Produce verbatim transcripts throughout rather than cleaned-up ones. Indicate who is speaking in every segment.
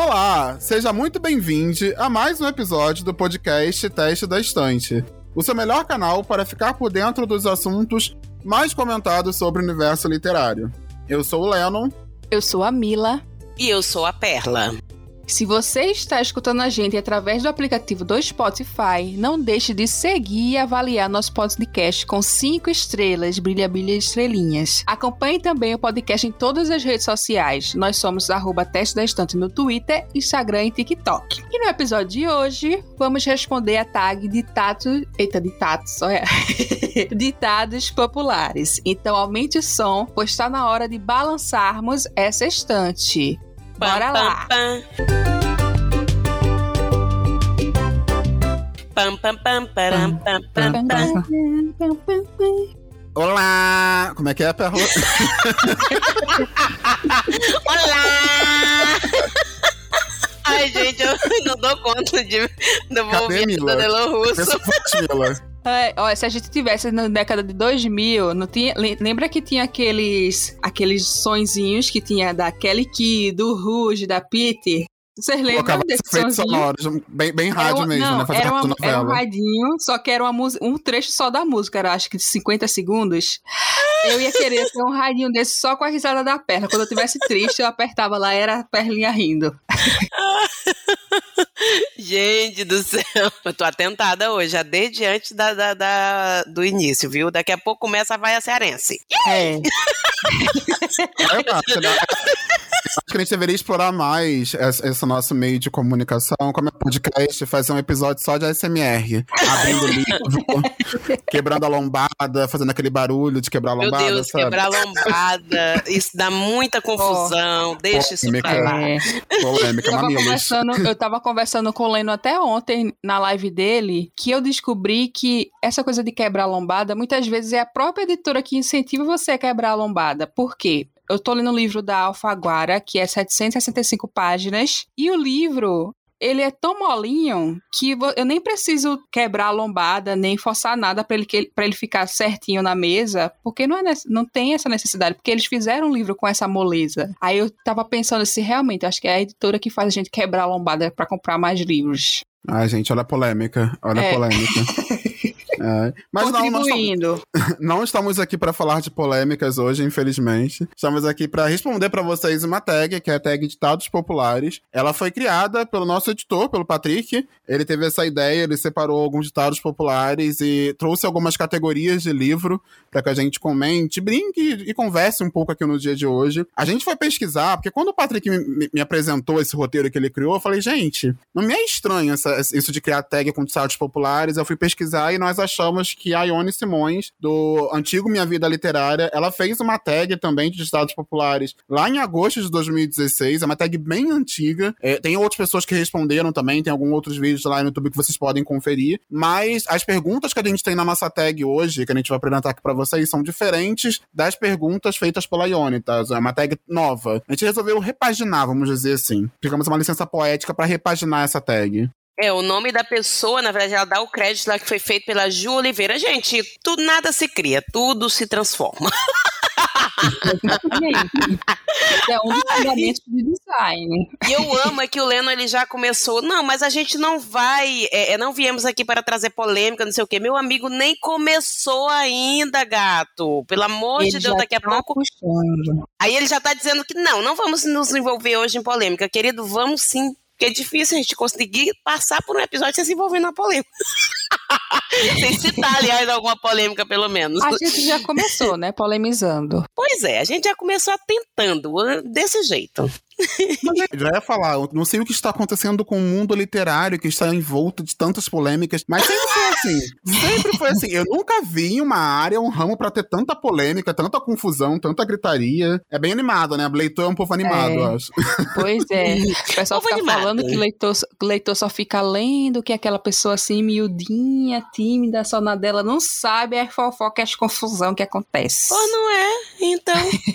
Speaker 1: Olá, seja muito bem-vindo a mais um episódio do podcast Teste da Estante, o seu melhor canal para ficar por dentro dos assuntos mais comentados sobre o universo literário. Eu sou o Lennon.
Speaker 2: Eu sou a Mila.
Speaker 3: E eu sou a Perla.
Speaker 2: Se você está escutando a gente através do aplicativo do Spotify, não deixe de seguir e avaliar nosso podcast com cinco estrelas, brilha, brilha, estrelinhas. Acompanhe também o podcast em todas as redes sociais. Nós somos arroba Teste da Estante no Twitter, Instagram e TikTok. E no episódio de hoje, vamos responder a tag ditados... Eita, ditados, olha. Ditados populares. Então aumente o som, pois está na hora de balançarmos essa estante. Bora lá!
Speaker 3: Pam, pam, pam, param, pam, pam, pam.
Speaker 1: Olá! Como é que é, Perla?
Speaker 3: Olá! Ai, gente, eu não dou conta de, do movimento do Delo Russo.
Speaker 2: É, ó, se a gente tivesse na década de dois mil, não tinha, lembra que tinha aqueles aqueles sonzinhos que tinha da Kelly Key, do Rouge, da Pitty? Vocês lembram desse sonzinho?
Speaker 1: Sonoros, bem, bem rádio
Speaker 2: uma,
Speaker 1: mesmo,
Speaker 2: não,
Speaker 1: né? Fazer
Speaker 2: era, uma,
Speaker 1: novela.
Speaker 2: era um radinho, só que era uma um trecho só da música, era acho que de cinquenta segundos. Eu ia querer ter um radinho desse só com a risada da Perla. Quando eu tivesse triste, eu apertava lá, era a Perlinha rindo.
Speaker 3: Gente do céu, eu tô atentada hoje, já desde antes da, da, da, do início, viu? Daqui a pouco começa a Vaia Cearense.
Speaker 2: É.
Speaker 1: É, acho, né? Acho que a gente deveria explorar mais esse, esse nosso meio de comunicação, como é podcast, fazer um episódio só de A S M R. Abrindo o livro, quebrando a lombada, fazendo aquele barulho de quebrar a lombada.
Speaker 3: Meu Deus,
Speaker 1: sabe?
Speaker 3: quebrar a lombada, isso dá muita confusão, oh, deixa isso pra lá.
Speaker 2: É.
Speaker 1: Polêmica,
Speaker 2: eu, tava
Speaker 1: mamilos.
Speaker 2: conversando, eu tava conversando com o Leno até ontem, na live dele, que eu descobri que essa coisa de quebrar a lombada, muitas vezes é a própria editora que incentiva você a quebrar a lombada. Por quê? Eu tô lendo o livro da Alfaguara, que é setecentas e sessenta e cinco páginas, e o livro, ele é tão molinho que eu nem preciso quebrar a lombada, nem forçar nada pra ele, pra ele ficar certinho na mesa, porque não, é, não tem essa necessidade, porque eles fizeram um livro com essa moleza. Aí eu tava pensando se realmente, acho que é a editora que faz a gente quebrar a lombada pra comprar mais livros.
Speaker 1: Ai, gente, olha a polêmica, olha
Speaker 2: é.
Speaker 1: a polêmica. É. Mas não, não
Speaker 2: estamos,
Speaker 1: não estamos aqui para falar de polêmicas hoje, infelizmente. Estamos aqui para responder para vocês uma tag, que é a tag Ditados Populares. Ela foi criada pelo nosso editor, pelo Patrick. Ele teve essa ideia, ele separou alguns ditados populares e trouxe algumas categorias de livro para que a gente comente, brinque e converse um pouco aqui no dia de hoje. A gente foi pesquisar, porque quando o Patrick me, me apresentou esse roteiro que ele criou, eu falei, gente, não me é estranho essa, isso de criar tag com ditados populares. Eu fui pesquisar e nós achamos que a Ione Simões, do antigo Minha Vida Literária, ela fez uma tag também de ditados populares lá em agosto de dois mil e dezesseis, é uma tag bem antiga, é, tem outras pessoas que responderam também, tem alguns outros vídeos lá no YouTube que vocês podem conferir, mas as perguntas que a gente tem na nossa tag hoje, que a gente vai apresentar aqui pra vocês, são diferentes das perguntas feitas pela Ione, tá? É uma tag nova. A gente resolveu repaginar, vamos dizer assim. Ficamos uma licença poética pra repaginar essa tag.
Speaker 3: É, o nome da pessoa, na verdade, ela dá o crédito lá que foi feito pela Ju Oliveira. Gente, tudo, nada se cria, tudo se transforma.
Speaker 2: É um dos fundamentos de design.
Speaker 3: E eu amo é que o Leno, ele já começou, não, mas a gente não vai, é, não viemos aqui para trazer polêmica, não sei o quê. Meu amigo nem começou ainda, gato. Pelo amor
Speaker 2: ele
Speaker 3: de Deus, daqui a
Speaker 2: tá
Speaker 3: pouco...
Speaker 2: Puxando.
Speaker 3: Aí ele já tá dizendo que não, não vamos nos envolver hoje em polêmica. Querido, vamos sim. Porque é difícil a gente conseguir passar por um episódio sem se envolver na polêmica. Sem citar, aliás, alguma polêmica, pelo menos.
Speaker 2: A gente já começou, né? Polemizando.
Speaker 3: Pois é, a gente já começou tentando, desse jeito.
Speaker 1: Eu já ia falar, eu não sei o que está acontecendo com o mundo literário que está envolto de tantas polêmicas, mas sempre foi assim. Sempre foi assim. Eu nunca vi uma área, um ramo pra ter tanta polêmica, tanta confusão, tanta gritaria. É bem animado, né? O leitor é um povo animado,
Speaker 2: é.
Speaker 1: eu acho.
Speaker 2: Pois é. O pessoal fica
Speaker 3: animado.
Speaker 2: falando que o leitor, o leitor só fica lendo, que aquela pessoa assim, miudinha, tímida, só na dela, não sabe a fofoca e as confusão que acontece.
Speaker 3: Ou não é? Então...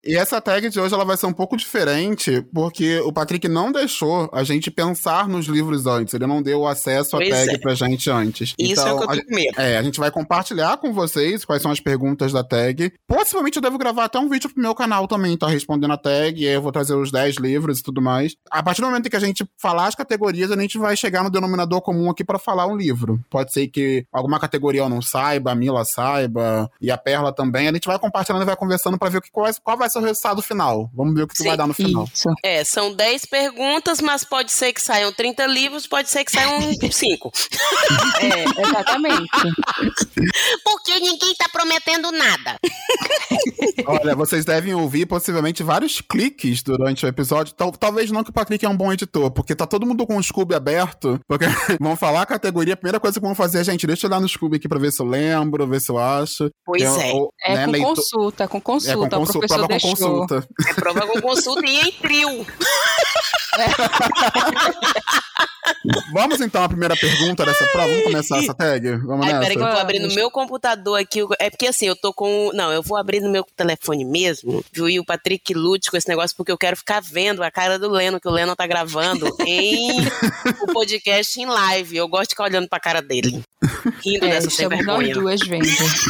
Speaker 1: E essa tag de hoje ela vai ser um pouco diferente, porque o Patrick não deixou a gente pensar nos livros antes. Ele não deu acesso à
Speaker 3: Pois
Speaker 1: tag
Speaker 3: é.
Speaker 1: pra gente antes.
Speaker 3: Isso
Speaker 1: então,
Speaker 3: é o que eu
Speaker 1: a,
Speaker 3: tô com medo.
Speaker 1: é, a gente vai compartilhar com vocês quais são as perguntas da tag. Possivelmente eu devo gravar até um vídeo pro meu canal também, tá? Respondendo a tag, e aí eu vou trazer os dez livros e tudo mais. A partir do momento em que a gente falar as categorias, a gente vai chegar no denominador comum aqui pra falar um livro. Pode ser que alguma categoria eu não saiba, a Mila saiba, e a Perla também. A gente vai compartilhando e vai conversando pra ver o que, qual, vai, qual vai ser o resultado final. Vamos ver o que, que vai dar no final.
Speaker 2: Isso.
Speaker 3: É, são dez perguntas, mas pode ser que saiam trinta livros, pode ser que saiam cinco.
Speaker 2: É, exatamente.
Speaker 3: Porque ninguém tá prometendo nada.
Speaker 1: Olha, vocês devem ouvir possivelmente vários cliques durante o episódio. Tal, talvez não que o Patrick é um bom editor, porque tá todo mundo com o Scooby aberto, porque vão falar a categoria, a primeira coisa que vão fazer é, gente, deixa eu olhar no Scooby aqui pra ver se eu lembro, ver se eu acho.
Speaker 3: Pois
Speaker 1: Eu-
Speaker 3: é.
Speaker 1: ou,
Speaker 2: É
Speaker 1: né,
Speaker 2: com
Speaker 1: leitor-
Speaker 2: consulta, com consulta.
Speaker 1: É, com
Speaker 2: o
Speaker 1: consulta,
Speaker 2: professor
Speaker 1: prova com
Speaker 2: deixou.
Speaker 1: consulta.
Speaker 3: É prova com consulta e em trio.
Speaker 1: Vamos então à primeira pergunta dessa prova. Vamos começar essa tag? Vamos
Speaker 3: Ai,
Speaker 1: nessa.
Speaker 3: peraí que eu vou
Speaker 2: Vamos.
Speaker 3: abrir no meu computador aqui. o- É porque assim, eu tô com... Não, eu vou abrir no meu telefone mesmo, viu? E o Patrick lute com esse negócio, porque eu quero ficar vendo a cara do Leno, que o Leno tá gravando em o podcast em live. Eu gosto de ficar olhando pra cara dele. Rindo
Speaker 2: É,
Speaker 3: dessa sem
Speaker 2: estamos nós
Speaker 3: vergonha.
Speaker 2: duas vendo.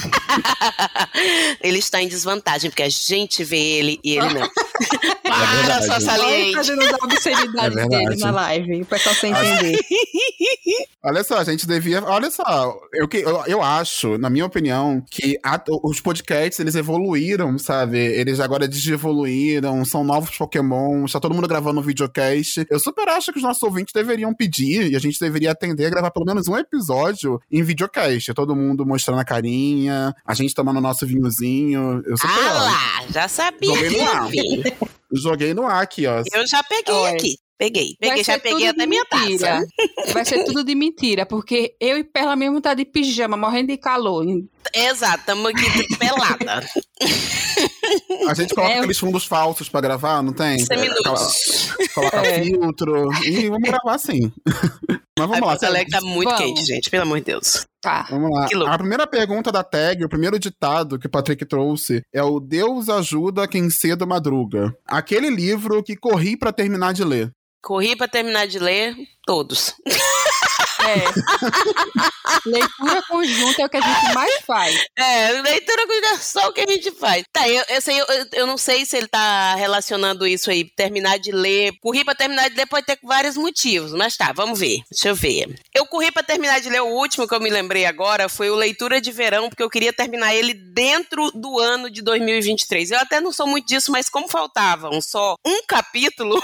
Speaker 3: Ele está em desvantagem, porque a gente vê ele e ele não.
Speaker 1: É
Speaker 3: Para,
Speaker 1: verdade.
Speaker 3: sua
Speaker 2: Olha
Speaker 3: saliente.
Speaker 2: fazendo as obscenidades
Speaker 1: É verdade.
Speaker 2: dele na live, o pessoal sem entender.
Speaker 1: Olha só, a gente devia... Olha só, eu, que- eu, eu acho, na minha opinião, que a- os podcasts, eles evoluíram, sabe? Eles agora digievoluíram, são novos Pokémon, tá todo mundo gravando um videocast. Eu super acho que os nossos ouvintes deveriam pedir, e a gente deveria atender a gravar pelo menos um episódio em videocast. Todo mundo mostrando a carinha, a gente tomando nosso vinhozinho. Eu super
Speaker 3: Ah
Speaker 1: acho.
Speaker 3: lá, já sabia
Speaker 1: Joguei
Speaker 3: que
Speaker 1: no
Speaker 3: ia
Speaker 1: ar.
Speaker 3: vir.
Speaker 1: Joguei no ar aqui, ó.
Speaker 3: Eu já peguei
Speaker 2: Olha,
Speaker 3: aqui. Peguei.
Speaker 2: Vai
Speaker 3: Peguei, já
Speaker 2: ser
Speaker 3: peguei
Speaker 2: tudo
Speaker 3: até
Speaker 2: de
Speaker 3: minha
Speaker 2: mentira.
Speaker 3: taça.
Speaker 2: Vai ser tudo de mentira, porque eu e Perla mesmo tá de pijama, morrendo de calor.
Speaker 3: Exato, estamos aqui pelada.
Speaker 1: A gente coloca
Speaker 2: É, eu-
Speaker 1: aqueles fundos falsos pra gravar, não tem?
Speaker 3: Seminutos.
Speaker 1: Coloca
Speaker 2: É.
Speaker 1: filtro e vamos gravar assim. Mas vamos
Speaker 3: Ai,
Speaker 1: lá,
Speaker 3: Porto Alegre tá muito
Speaker 2: Vamos.
Speaker 3: quente, gente, pelo amor de Deus.
Speaker 2: Tá.
Speaker 1: vamos lá.
Speaker 3: Que louco.
Speaker 1: A primeira pergunta da tag, o primeiro ditado que o Patrick trouxe é o Deus ajuda quem cedo madruga. Aquele livro que corri pra terminar de ler.
Speaker 3: Corri pra terminar de ler todos.
Speaker 2: É. Leitura conjunta é o que a gente mais faz.
Speaker 3: É, leitura é só o que a gente faz. Tá, eu, esse aí eu, eu, eu não sei se ele tá relacionando isso aí, terminar de ler. Corri pra terminar de ler pode ter vários motivos, mas tá, vamos ver. Deixa eu ver. Eu corri pra terminar de ler, o último que eu me lembrei agora foi o Leitura de Verão, porque eu queria terminar ele dentro do ano de dois mil e vinte e três. Eu até não sou muito disso, mas como faltavam só um capítulo...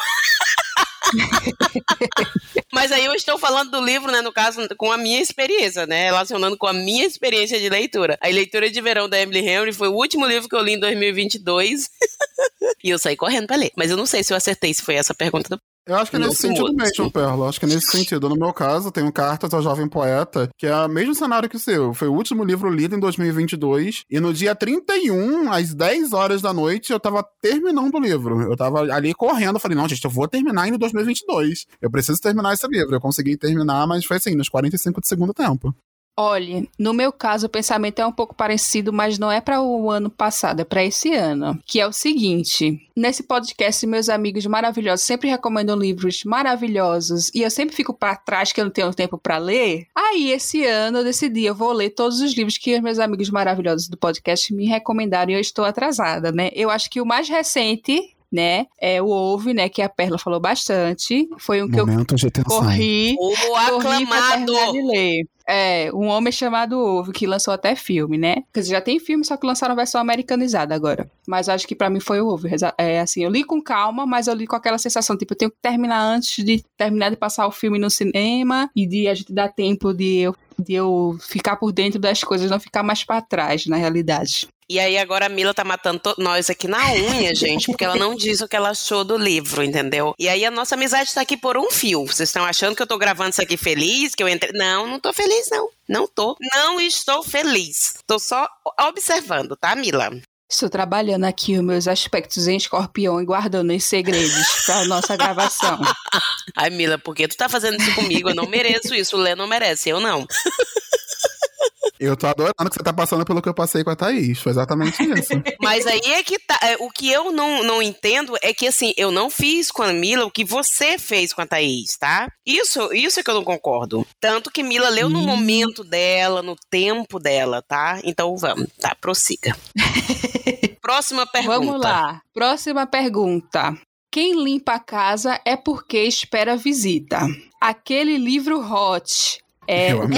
Speaker 3: Mas aí eu estou falando do livro, né, no caso, com a minha experiência, né, relacionando com a minha experiência de leitura. A Leitura de Verão da Emily Henry foi o último livro que eu li em dois mil e vinte e dois e eu saí correndo pra ler. Mas eu não sei se eu acertei, se foi essa a pergunta do...
Speaker 1: Eu acho que é nesse
Speaker 3: Nossa,
Speaker 1: sentido
Speaker 3: moço.
Speaker 1: mesmo, Perla. Acho que é nesse sentido. No meu caso, tenho Cartas ao Jovem Poeta, que é o mesmo cenário que o seu. Foi o último livro lido em dois mil e vinte e dois. E no dia trinta e um, às dez horas da noite, eu tava terminando o livro. Eu tava ali correndo. Falei, não, gente, eu vou terminar ainda em dois mil e vinte e dois. Eu preciso terminar esse livro. Eu consegui terminar, mas foi assim, nos quarenta e cinco do segundo tempo.
Speaker 2: Olha, no meu caso, o pensamento é um pouco parecido, mas não é para o ano passado, é para esse ano. Que é o seguinte: nesse podcast, meus amigos maravilhosos sempre recomendam livros maravilhosos e eu sempre fico para trás que eu não tenho tempo para ler. Aí, esse ano, eu decidi, eu vou ler todos os livros que os meus amigos maravilhosos do podcast me recomendaram e eu estou atrasada, né? Eu acho que o mais recente, né, é o Ouve, né, que a Perla falou bastante. Foi um que
Speaker 1: Momentos de
Speaker 2: eu
Speaker 1: tensão.
Speaker 2: corri.
Speaker 3: O
Speaker 2: Corri pra
Speaker 3: aclamado!
Speaker 2: terminar de ler. É, Um Homem Chamado Ovo, que lançou até filme, né? Quer dizer, já tem filme, só que lançaram a versão americanizada agora. Mas acho que pra mim foi o Ovo. É assim, eu li com calma, mas eu li com aquela sensação, tipo, eu tenho que terminar antes de terminar de passar o filme no cinema e de a gente dar tempo de eu, de eu ficar por dentro das coisas, não ficar mais pra trás, na realidade.
Speaker 3: E aí agora a Mila tá matando to- nós aqui na unha, gente, porque ela não diz o que ela achou do livro, entendeu? E aí a nossa amizade tá aqui por um fio. Vocês estão achando que eu tô gravando isso aqui feliz, que eu entrei... Não, não tô feliz, não. Não tô. Não estou feliz. Tô só observando, tá, Mila?
Speaker 2: Estou trabalhando aqui os meus aspectos em escorpião e guardando os segredos pra nossa gravação.
Speaker 3: Ai, Mila, por que tu tá fazendo isso comigo? Eu não mereço isso. O Lê não merece, eu não.
Speaker 1: Eu tô adorando que você tá passando pelo que eu passei com a Thaís. Foi exatamente isso.
Speaker 3: Mas aí é que tá. O que eu não, não entendo é que, assim, eu não fiz com a Mila o que você fez com a Thaís, tá? Isso, isso é que eu não concordo. Tanto que Mila leu no hum. momento dela, no tempo dela, tá? Então vamos, tá? Prossiga. Próxima pergunta.
Speaker 2: Vamos lá. Próxima pergunta. Quem limpa a casa é porque espera visita. Aquele livro hot... É,
Speaker 1: eu amei.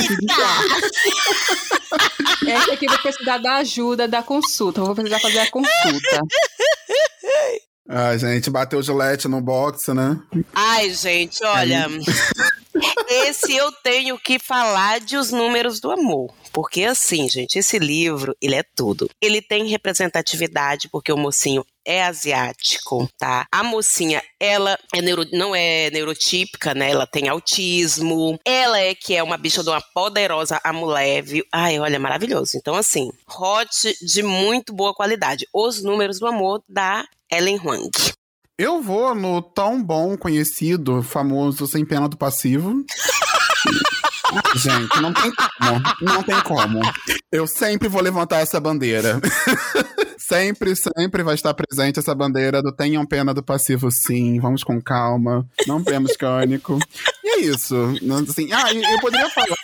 Speaker 2: Esse aqui vai precisar da ajuda, da consulta. Eu vou precisar fazer a consulta.
Speaker 1: Ai, gente, bateu o Gillette no box, né?
Speaker 3: Ai, gente, olha... Esse eu tenho que falar de Os Números do Amor. Porque assim, gente, esse livro, ele é tudo. Ele tem representatividade, porque o mocinho é asiático, tá? A mocinha, ela é neuro, não é neurotípica, né? Ela tem autismo. Ela é que é uma bicha de uma poderosa mulher, viu? Ai, olha, maravilhoso. Então, assim, hot de muito boa qualidade. Os Números do Amor, da Ellen Huang.
Speaker 1: Eu vou no tão bom, conhecido, famoso Sem Pena do Passivo. Gente, não tem como. Não tem como. Eu sempre vou levantar essa bandeira. Sempre, sempre vai estar presente essa bandeira do tenham pena do passivo, sim. Vamos com calma. Não temos cânico. E é isso. Assim, ah, eu poderia falar.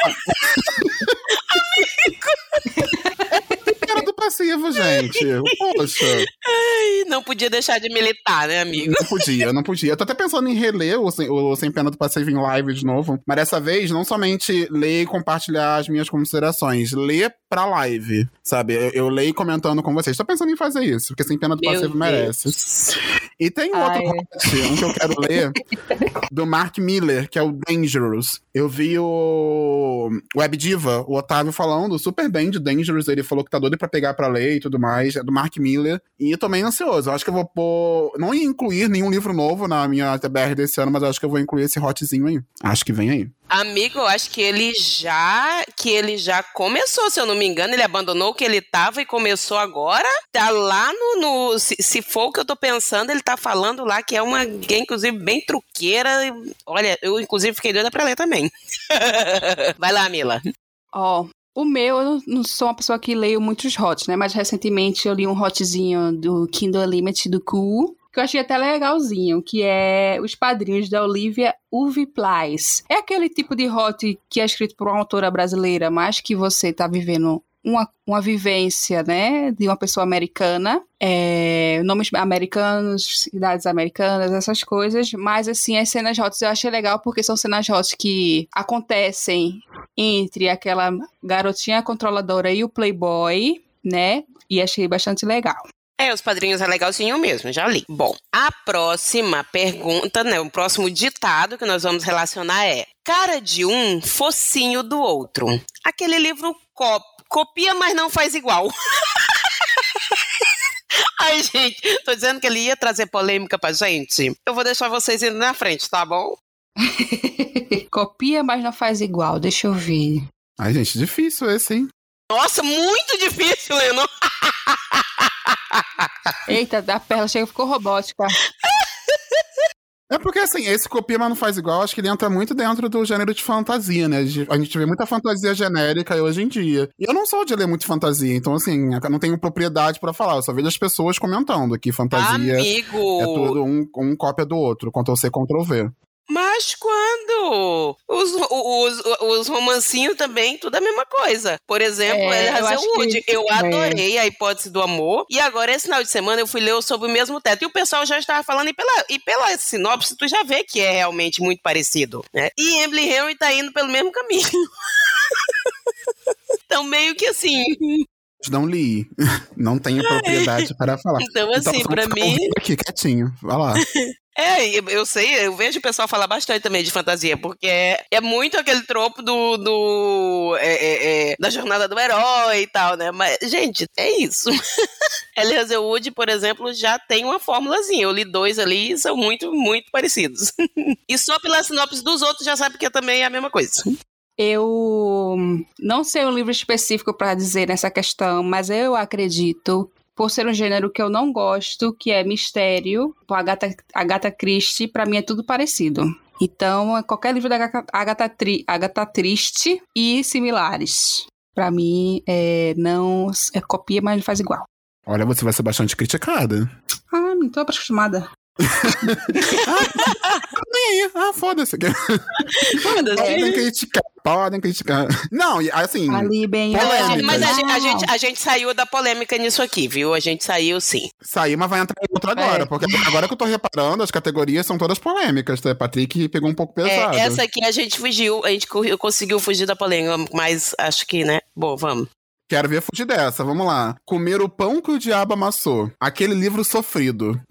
Speaker 1: Pena do passivo, gente. Poxa.
Speaker 3: Ai, não podia deixar de militar, né, amigo?
Speaker 1: Não podia, não podia. Eu tô até pensando em reler o Sem, o Sem Pena do Passivo em live de novo. Mas dessa vez, não somente ler e compartilhar as minhas considerações. Ler pra live, sabe? Eu, eu leio comentando com vocês. Tô pensando em fazer isso, porque Sem Pena do
Speaker 3: Meu
Speaker 1: Passivo
Speaker 3: Deus.
Speaker 1: merece. E tem um outro
Speaker 2: Ai.
Speaker 1: hot, um que eu quero ler, do Mark Miller, que é o Dangerous. Eu vi o Web Diva, o Otávio, falando super bem de Dangerous. Ele falou que tá doido pra pegar pra ler e tudo mais. É do Mark Miller. E eu tô meio ansioso. Eu acho que eu vou pôr... Não ia incluir nenhum livro novo na minha T B R desse ano, mas eu acho que eu vou incluir esse hotzinho aí. Acho que vem aí.
Speaker 3: Amigo, eu acho que ele já que ele já começou, se eu não me engano, ele abandonou o que ele tava e começou agora. Tá lá no... no se, se for o que eu tô pensando, ele tá falando lá que é uma gay, inclusive, bem truqueira. Olha, eu, inclusive, fiquei doida pra ler também. Vai lá, Mila.
Speaker 2: Ó, o meu, eu não- não sou uma pessoa que leio muitos hots, né? Mas recentemente eu li um hotzinho do Kindle Unlimited do Cool, que eu achei até legalzinho, que é Os Padrinhos da Olivia Uvi-Pleiss. É aquele tipo de hot que é escrito por uma autora brasileira, mas que você tá vivendo uma, uma vivência, né, de uma pessoa americana, é, nomes americanos, cidades americanas, essas coisas, mas assim, as cenas hots eu achei legal porque são cenas hots que acontecem entre aquela garotinha controladora e o playboy, né, e achei bastante legal.
Speaker 3: É, Os Padrinhos é legalzinho mesmo, já li. Bom, a próxima pergunta, né, o próximo ditado que nós vamos relacionar é: cara de um, focinho do outro. Aquele livro co- copia, mas não faz igual. Ai, gente, tô dizendo que ele ia trazer polêmica pra gente. Eu vou deixar vocês indo na frente, tá bom?
Speaker 2: Copia, mas não faz igual, deixa eu ver.
Speaker 1: Ai, gente, difícil esse, hein?
Speaker 3: Nossa, muito difícil, Leno.
Speaker 2: Eita, da perna chega, ficou robótica.
Speaker 1: É porque, assim, esse copia, mas não faz igual, acho que ele entra muito dentro do gênero de fantasia, né? A gente vê muita fantasia genérica hoje em dia. E eu não sou de ler muito fantasia, então, assim, eu não tenho propriedade pra falar. Eu só vejo as pessoas comentando que fantasia
Speaker 3: Amigo.
Speaker 1: é tudo um, um cópia do outro, Ctrl-C, Ctrl-V.
Speaker 3: Mas quando? Os, os, os romancinhos também, tudo a mesma coisa. Por exemplo,
Speaker 2: É,
Speaker 3: Ella
Speaker 2: eu acho
Speaker 3: Hazelwood.
Speaker 2: que-
Speaker 3: Eu
Speaker 2: é.
Speaker 3: adorei a Hipótese do Amor. E agora, esse final de semana, eu fui ler o Sobre o Mesmo Teto. E o pessoal já estava falando, e pela, e pela sinopse, tu já vê que é realmente muito parecido, né? E Emily Henry tá indo pelo mesmo caminho. Então, meio que assim...
Speaker 1: Não li. Não tenho propriedade para falar.
Speaker 3: Então, assim,
Speaker 1: só
Speaker 3: pra
Speaker 1: vou ficar
Speaker 3: mim...
Speaker 1: ouvindo aqui, quietinho. Vai lá.
Speaker 3: É, eu eu sei, eu vejo o pessoal falar bastante também de fantasia, porque é, é muito aquele tropo do, do é, é, é, da jornada do herói e tal, né? Mas, gente, é isso. Ella Hazelwood, por exemplo, já tem uma formulazinha. Eu li dois ali e são muito, muito parecidos. E só pela sinopse dos outros já sabe que também é a mesma coisa.
Speaker 2: Eu não sei um livro específico para dizer nessa questão, mas eu acredito, por ser um gênero que eu não gosto, que é mistério, a Agatha, Agatha Christie, para mim é tudo parecido. Então, qualquer livro da Agatha, Agatha, Tri, Agatha Christie e similares. pra mim, é, não é copia, mas não faz igual.
Speaker 1: Olha, você vai ser bastante criticada.
Speaker 2: Ah, não tô acostumada.
Speaker 1: ah, nem aí. Ah, foda-se.
Speaker 3: Foda-se.
Speaker 1: Podem criticar, podem criticar. Não, assim...
Speaker 2: Ali bem...
Speaker 1: polêmica.
Speaker 3: Mas a gente, a, gente, a gente saiu da polêmica nisso aqui, viu? A gente saiu sim.
Speaker 1: Saiu, mas vai entrar em outra agora. É. Porque agora que eu tô reparando, as categorias são todas polêmicas, né? Patrick pegou um pouco pesado.
Speaker 3: É, essa aqui a gente fugiu, a gente conseguiu fugir da polêmica, mas acho que, né? Bom, vamos.
Speaker 1: Quero ver fugir dessa, vamos lá. Comer o pão que o diabo amassou. Aquele livro sofrido.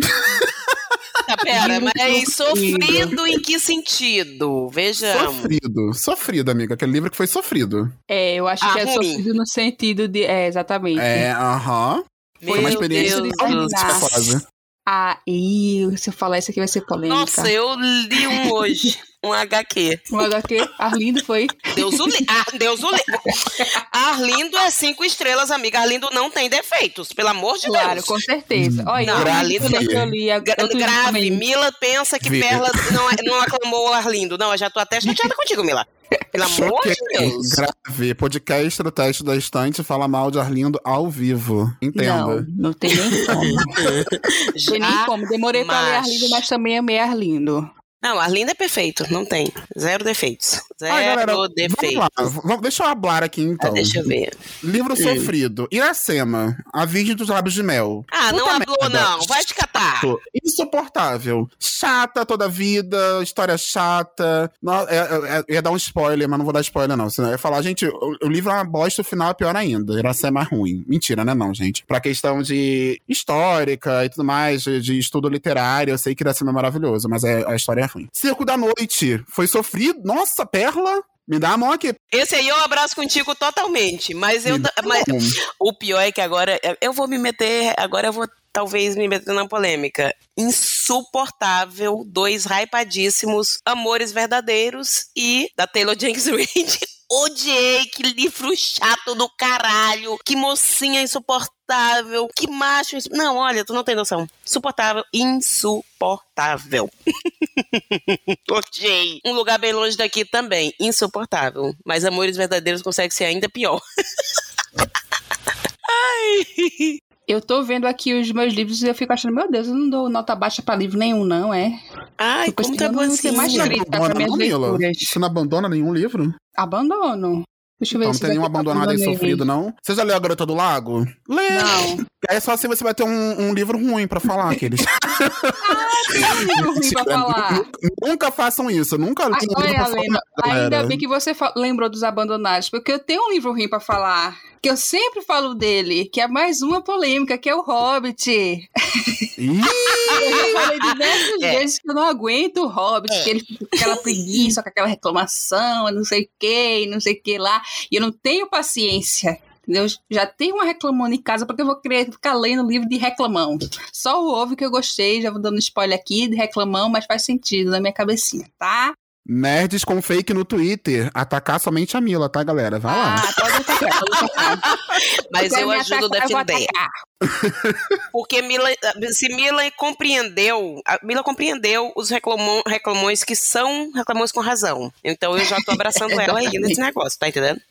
Speaker 3: Tá, pera, mas sofrido em que sentido? Vejamos.
Speaker 1: Sofrido, sofrido, amiga. Aquele livro que foi sofrido.
Speaker 2: É, eu acho
Speaker 3: ah,
Speaker 2: que é
Speaker 3: ruim.
Speaker 2: sofrido no sentido de... É, exatamente.
Speaker 1: É, aham. Uh-huh. Foi uma experiência
Speaker 3: Deus
Speaker 1: de quase.
Speaker 2: Ah, e se eu falar isso aqui vai ser polêmica.
Speaker 3: Nossa, eu li um hoje. Um agá quê.
Speaker 2: Um agá quê? Arlindo foi.
Speaker 3: Deus o li... ah, Deus o li... Arlindo é cinco estrelas, amiga. Arlindo não tem defeitos, pelo amor de
Speaker 2: claro,
Speaker 3: Deus.
Speaker 2: com certeza. Olha,
Speaker 3: não,
Speaker 2: eu,
Speaker 3: Arlindo
Speaker 2: eu, eu li a...
Speaker 3: grave. Mila pensa que
Speaker 1: Vi.
Speaker 3: Perla não, não aclamou o Arlindo. Não, eu já tô até chateada contigo, Mila. Pelo amor de Deus.
Speaker 1: Grave. Podcast do Teste da Estante fala mal de Arlindo ao vivo. Entenda.
Speaker 2: Não, não tem nem como. Não tem nem como. Demorei pra ler Arlindo, mas também amei Arlindo.
Speaker 3: Não, Arlindo é perfeito, não tem. Zero defeitos. Zero
Speaker 1: ah, galera,
Speaker 3: defeitos.
Speaker 1: Vamos lá. Deixa eu hablar aqui, então.
Speaker 3: Ah, deixa eu ver.
Speaker 1: Livro hum. sofrido. Iracema, A Virgem dos Lábios de Mel.
Speaker 3: Ah,
Speaker 1: Puta
Speaker 3: não hablou,
Speaker 1: merda.
Speaker 3: não. Vai te catar.
Speaker 1: Insuportável. Chata toda a vida, história chata. Não, é, é, é, ia dar um spoiler, mas não vou dar spoiler, não. Senão eu ia falar, gente, o, o livro é uma bosta, o final é pior ainda. Iracema é ruim. Mentira, né, não, gente? Pra questão de histórica e tudo mais, de, de estudo literário, eu sei que Iracema é maravilhoso, mas é, a história é ruim. Circo da Noite. Foi sofrido. Nossa, Perla. Me dá a mão aqui.
Speaker 3: Esse aí eu abraço contigo totalmente. Mas eu. Mas, o pior é que agora. Eu vou me meter. Agora eu vou talvez me meter na polêmica. Insuportável. Dois hypadíssimos. Amores Verdadeiros e da Taylor Jenkins Reid. Odiei, que livro chato do caralho, que mocinha insuportável, que macho insu... Não, olha, tu não tem noção. Insuportável, insuportável. Odiei. Um lugar bem longe daqui também, insuportável. Mas Amores Verdadeiros consegue ser ainda pior. Ai...
Speaker 2: Eu tô vendo aqui os meus livros e eu fico achando, meu Deus, eu não dou nota baixa pra livro nenhum, não, é?
Speaker 3: Ai, como tá bom assim.
Speaker 2: Mais escrita pra minhas leituras.
Speaker 1: Você não abandona nenhum livro?
Speaker 2: Abandono. Deixa eu ver
Speaker 1: então,
Speaker 2: se
Speaker 1: não tem nenhum abandonado e sofrido, não? Você já leu A Garota do Lago? Lê!
Speaker 2: Não.
Speaker 1: É só assim você vai ter um, um livro ruim pra falar, aqueles.
Speaker 2: Ah, tem um livro ruim pra falar.
Speaker 1: Nunca, nunca façam isso, nunca
Speaker 2: ah,
Speaker 1: tenho um
Speaker 2: olha,
Speaker 1: livro pra
Speaker 2: Helena,
Speaker 1: falar.
Speaker 2: Ainda bem que você lembrou dos Abandonados, porque eu tenho um livro ruim pra falar, que eu sempre falo dele, que é mais uma polêmica, que é o Hobbit.
Speaker 1: Eu
Speaker 2: já falei diversas é. vezes que eu não aguento o Hobbit,
Speaker 3: é.
Speaker 2: que ele fica com aquela preguiça, com aquela reclamação, não sei o que, não sei o que lá, e eu não tenho paciência. Eu já tenho uma reclamando em casa, porque eu vou querer ficar lendo livro de reclamão. Só o Ovo que eu gostei, já vou dando spoiler aqui, de reclamão, mas faz sentido na minha cabecinha, tá?
Speaker 1: Nerds com fake no Twitter. Atacar somente a Mila, tá, galera? Vai lá.
Speaker 2: Ah, pode atacar, pode atacar.
Speaker 3: Mas eu, eu ajudo a defender.
Speaker 2: Eu
Speaker 3: porque Mila, se Mila compreendeu, a Mila compreendeu os reclamão, reclamões que são reclamões com razão. Então eu já tô abraçando ela aí nesse negócio, tá entendendo?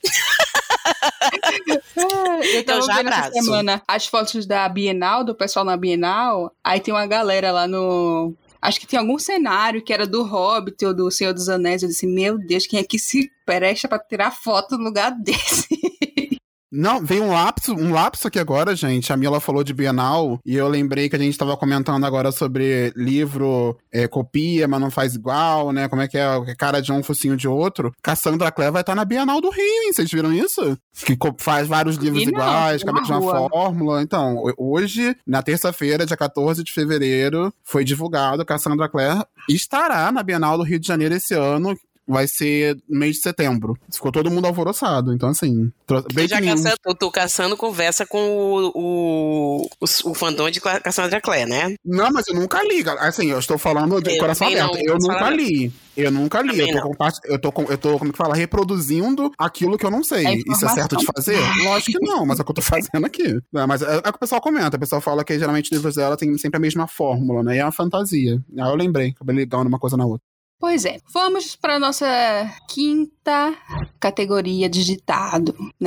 Speaker 2: Eu tava
Speaker 3: eu já
Speaker 2: vendo
Speaker 3: abraço.
Speaker 2: essa semana as fotos da Bienal, do pessoal na Bienal, aí tem uma galera lá no... Acho que tem algum cenário que era do Hobbit ou do Senhor dos Anéis. Eu disse, meu Deus, quem é que se presta pra tirar foto no lugar desse?
Speaker 1: Não, veio um lapso, um lapso aqui agora, gente. A Mila falou de Bienal e eu lembrei que a gente tava comentando agora sobre livro é, copia, mas não faz igual, né? Como é que é? Cara de um, focinho de outro. Cassandra Clare vai estar na Bienal do Rio, hein? Vocês viram isso? Que faz vários livros
Speaker 2: não,
Speaker 1: iguais, com a mesma
Speaker 2: rua.
Speaker 1: fórmula. Então, hoje, na terça-feira, dia quatorze de fevereiro, foi divulgado que Cassandra Clare estará na Bienal do Rio de Janeiro esse ano. Vai ser no mês de setembro. Ficou todo mundo alvoroçado. Então, assim...
Speaker 3: Já caçando, eu tô caçando conversa com o, o, o, o fandom de Cassandra Clare, né?
Speaker 1: Não, mas eu nunca li. Assim, eu estou falando de eu coração aberto. Não, eu nunca falar... li. Eu nunca li. Eu tô, compart... eu, tô, eu tô, como que fala, reproduzindo aquilo que eu não sei. Isso é certo de fazer? Lógico que não, mas é o que eu tô fazendo aqui. Não, mas é, é o que o pessoal comenta. O pessoal fala que geralmente os livros dela tem sempre a mesma fórmula, né? E é uma fantasia. Aí eu lembrei. Acabei ligando uma coisa na outra.
Speaker 2: Pois é, vamos para a nossa quinta categoria de ditado, né?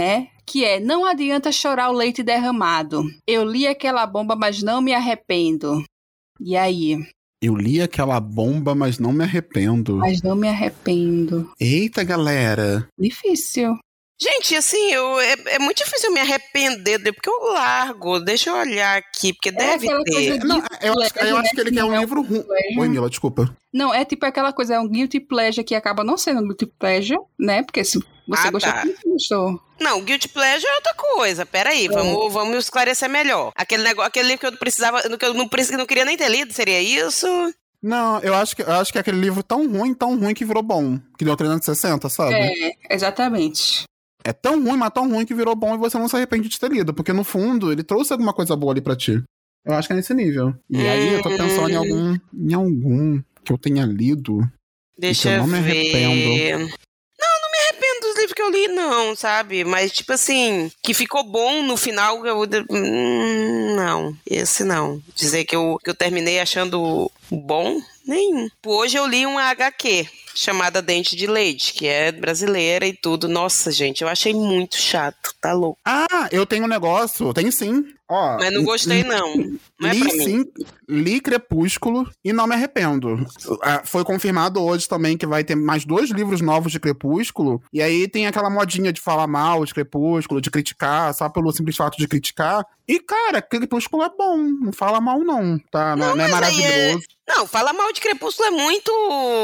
Speaker 2: que é Não Adianta Chorar o Leite Derramado. Eu li aquela bomba, mas não me arrependo. E aí?
Speaker 1: Eu li aquela bomba, mas não me arrependo.
Speaker 2: Mas não me arrependo.
Speaker 1: Eita, galera.
Speaker 2: Difícil.
Speaker 3: Gente, assim, eu, é, é muito difícil eu me arrepender, porque eu largo. Deixa eu olhar aqui, porque
Speaker 2: É
Speaker 3: deve
Speaker 2: aquela
Speaker 3: ter.
Speaker 2: coisa
Speaker 1: Não,
Speaker 2: guilty
Speaker 1: eu, acho, eu
Speaker 2: pleasure,
Speaker 1: acho que ele
Speaker 2: né?
Speaker 1: quer um
Speaker 2: Não é
Speaker 1: livro ruim.
Speaker 2: pleasure.
Speaker 1: Oi, Mila, desculpa.
Speaker 2: Não, é tipo aquela coisa, é um guilty pleasure que acaba não sendo um guilty pleasure, né? Porque se você
Speaker 3: Ah,
Speaker 2: gostou,
Speaker 3: tá.
Speaker 2: você gostou.
Speaker 3: Não, guilty pleasure é outra coisa. Peraí, vamos, vamos esclarecer melhor. Aquele negócio, aquele livro que eu precisava, que eu não, precis- não queria nem ter lido, seria isso?
Speaker 1: Não, eu acho que eu acho que é aquele livro tão ruim, tão ruim que virou bom. Que deu trezentos e sessenta, sabe?
Speaker 2: É, exatamente.
Speaker 1: É tão ruim, mas tão ruim que virou bom e você não se arrepende de ter lido. Porque no fundo, ele trouxe alguma coisa boa ali pra ti. Eu acho que é nesse nível. E
Speaker 3: Hum.
Speaker 1: aí eu tô pensando em algum, em algum que eu tenha lido.
Speaker 3: Deixa
Speaker 1: eu
Speaker 3: eu
Speaker 1: não me
Speaker 3: ver.
Speaker 1: arrependo.
Speaker 3: Não, não me arrependo dos livros que eu li, não, sabe? Mas, tipo assim, que ficou bom no final, eu... Hum, não, esse não. Dizer que eu, que eu terminei achando bom, nenhum. Hoje eu li uma agá quê chamada Dente de Leite, que é brasileira e tudo. Nossa, gente, eu achei muito chato, tá louco.
Speaker 1: Ah, eu tenho um negócio, tem sim. Ó,
Speaker 3: Mas não gostei, não. Não é
Speaker 1: li
Speaker 3: pra mim.
Speaker 1: sim, li Crepúsculo e não me arrependo. Ah, foi confirmado hoje também que vai ter mais dois livros novos de Crepúsculo. E aí tem aquela modinha de falar mal de Crepúsculo, de criticar, só pelo simples fato de criticar. E, cara, Crepúsculo é bom, não fala mal não, tá? Não,
Speaker 3: Não,
Speaker 1: não é
Speaker 3: mas aí é-
Speaker 1: maravilhoso.
Speaker 3: Não, falar mal de Crepúsculo é muito...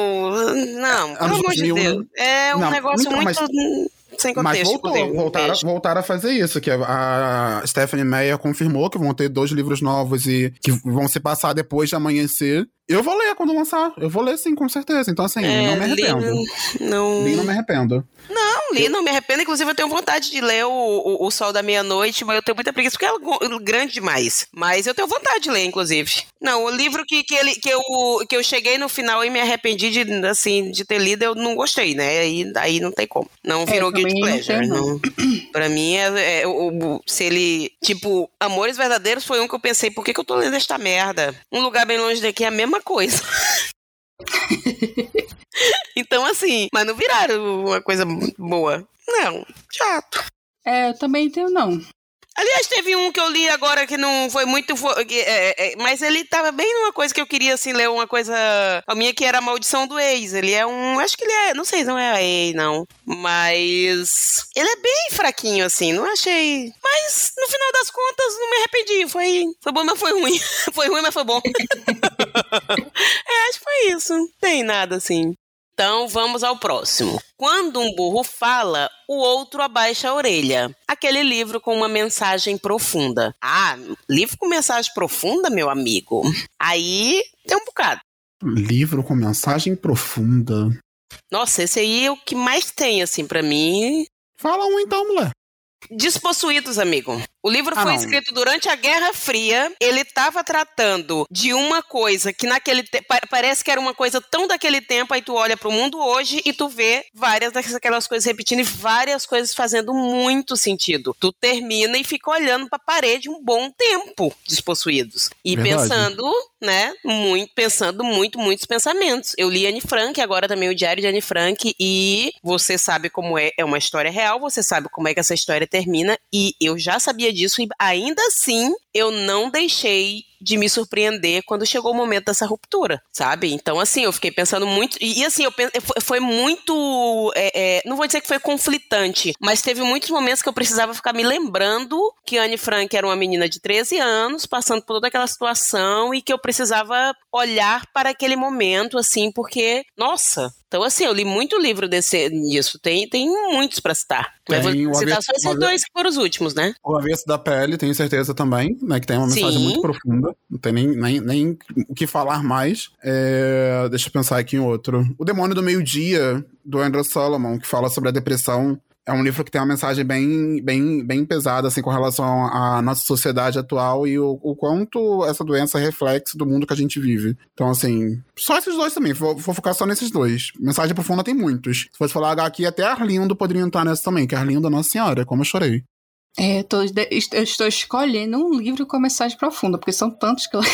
Speaker 3: Não, pelo
Speaker 1: anos
Speaker 3: amor de
Speaker 1: dois mil,
Speaker 3: Deus. É um
Speaker 1: não,
Speaker 3: negócio
Speaker 1: então, mas-
Speaker 3: muito... Sem contexto,
Speaker 1: Mas voltou,
Speaker 3: inclusive, um
Speaker 1: voltaram,
Speaker 3: beijo.
Speaker 1: voltaram a fazer isso, que a Stephanie Meyer confirmou que vão ter dois livros novos e que vão se passar depois de Amanhecer. Eu vou ler quando lançar, eu vou ler sim, com certeza. Então assim,
Speaker 3: É,
Speaker 1: não me arrependo.
Speaker 3: li, não...
Speaker 1: Li, não me arrependo.
Speaker 3: Não, li, não me arrependo. Inclusive, eu tenho vontade de ler o, o, o Sol da Meia-Noite, mas eu tenho muita preguiça, porque é go- grande demais. Mas eu tenho vontade de ler, inclusive. Não, o livro que, que, ele, que, eu, que eu cheguei no final e me arrependi de, assim, de ter lido, eu não gostei, né? Aí, aí não tem como. Não virou
Speaker 2: também
Speaker 3: guilty
Speaker 2: não
Speaker 3: pleasure.
Speaker 2: tem,
Speaker 3: Não. Pra mim, é, é, o, o- se ele... Tipo, Amores Verdadeiros foi um que eu pensei, por que, que eu tô lendo esta merda? Um Lugar Bem Longe Daqui é a mesma coisa. Então, assim, mas não viraram uma coisa boa. Não, chato.
Speaker 2: É, eu também tenho não.
Speaker 3: Aliás, teve um que eu li agora que não foi muito... fo- que, é, é, mas ele tava bem numa coisa que eu queria, assim, ler uma coisa... A minha que era A Maldição do Ex. Ele é um... Acho que ele é... Não sei, não é a E, não. Mas... Ele é bem fraquinho, assim. Não achei... Mas, no final das contas, não me arrependi. Foi, foi bom, mas foi ruim. Foi ruim, mas foi bom. É, acho que foi isso. Não tem nada, assim. Então, vamos ao próximo. Quando um burro fala, o outro abaixa a orelha. Aquele livro com uma mensagem profunda. Ah, livro com mensagem profunda, meu amigo? Aí tem um bocado.
Speaker 1: Livro com mensagem profunda.
Speaker 3: Nossa, esse aí é o que mais tem, assim, pra mim.
Speaker 1: Fala um então, mulher.
Speaker 3: Despossuídos, amigo. O livro
Speaker 1: Ah,
Speaker 3: foi
Speaker 1: não.
Speaker 3: escrito durante a Guerra Fria. Ele estava tratando de uma coisa que naquele te- pa- parece que era uma coisa tão daquele tempo, aí tu olha pro mundo hoje e tu vê várias daquelas coisas repetindo e várias coisas fazendo muito sentido. Tu termina e fica olhando pra parede um bom tempo, Despossuídos. E
Speaker 1: Verdade.
Speaker 3: pensando, né, muito, pensando muito, muitos pensamentos. Eu li Anne Frank, agora também o Diário de Anne Frank, e você sabe como é, é uma história real, você sabe como é que essa história termina, e eu já sabia disso, e ainda assim, eu não deixei de me surpreender quando chegou o momento dessa ruptura, sabe? Então, assim, eu fiquei pensando muito... E, e, assim, eu pen- foi- foi muito... é, é, não vou dizer que foi conflitante, mas teve muitos momentos que eu precisava ficar me lembrando que Anne Frank era uma menina de treze anos, passando por toda aquela situação, e que eu precisava olhar para aquele momento, assim, porque... Nossa! Então, assim, eu li muito livro desse, disso. Tem, tem muitos pra citar. Mas
Speaker 1: Tem
Speaker 3: vou
Speaker 1: o
Speaker 3: citar
Speaker 1: Avesso-
Speaker 3: só esses
Speaker 1: o Ave-
Speaker 3: dois que foram os últimos, né?
Speaker 1: O Avesso da Pele, tenho certeza também, né? Que tem uma mensagem
Speaker 3: Sim.
Speaker 1: muito profunda. Não tem nem, nem, nem o que falar mais. É, deixa eu pensar aqui em outro. O Demônio do Meio-Dia, do Andrew Solomon, que fala sobre a depressão. É um livro que tem uma mensagem bem, bem, bem pesada, assim, com relação à nossa sociedade atual e o, o quanto essa doença é reflexo do mundo que a gente vive. Então, assim, só esses dois também. Vou, vou focar só nesses dois. Mensagem profunda tem muitos. Se fosse falar aqui, até Arlindo poderia entrar nessa também, que Arlindo é Nossa Senhora, como eu chorei.
Speaker 2: É, eu, tô, eu estou escolhendo um livro com mensagem profunda, porque são tantos que eu...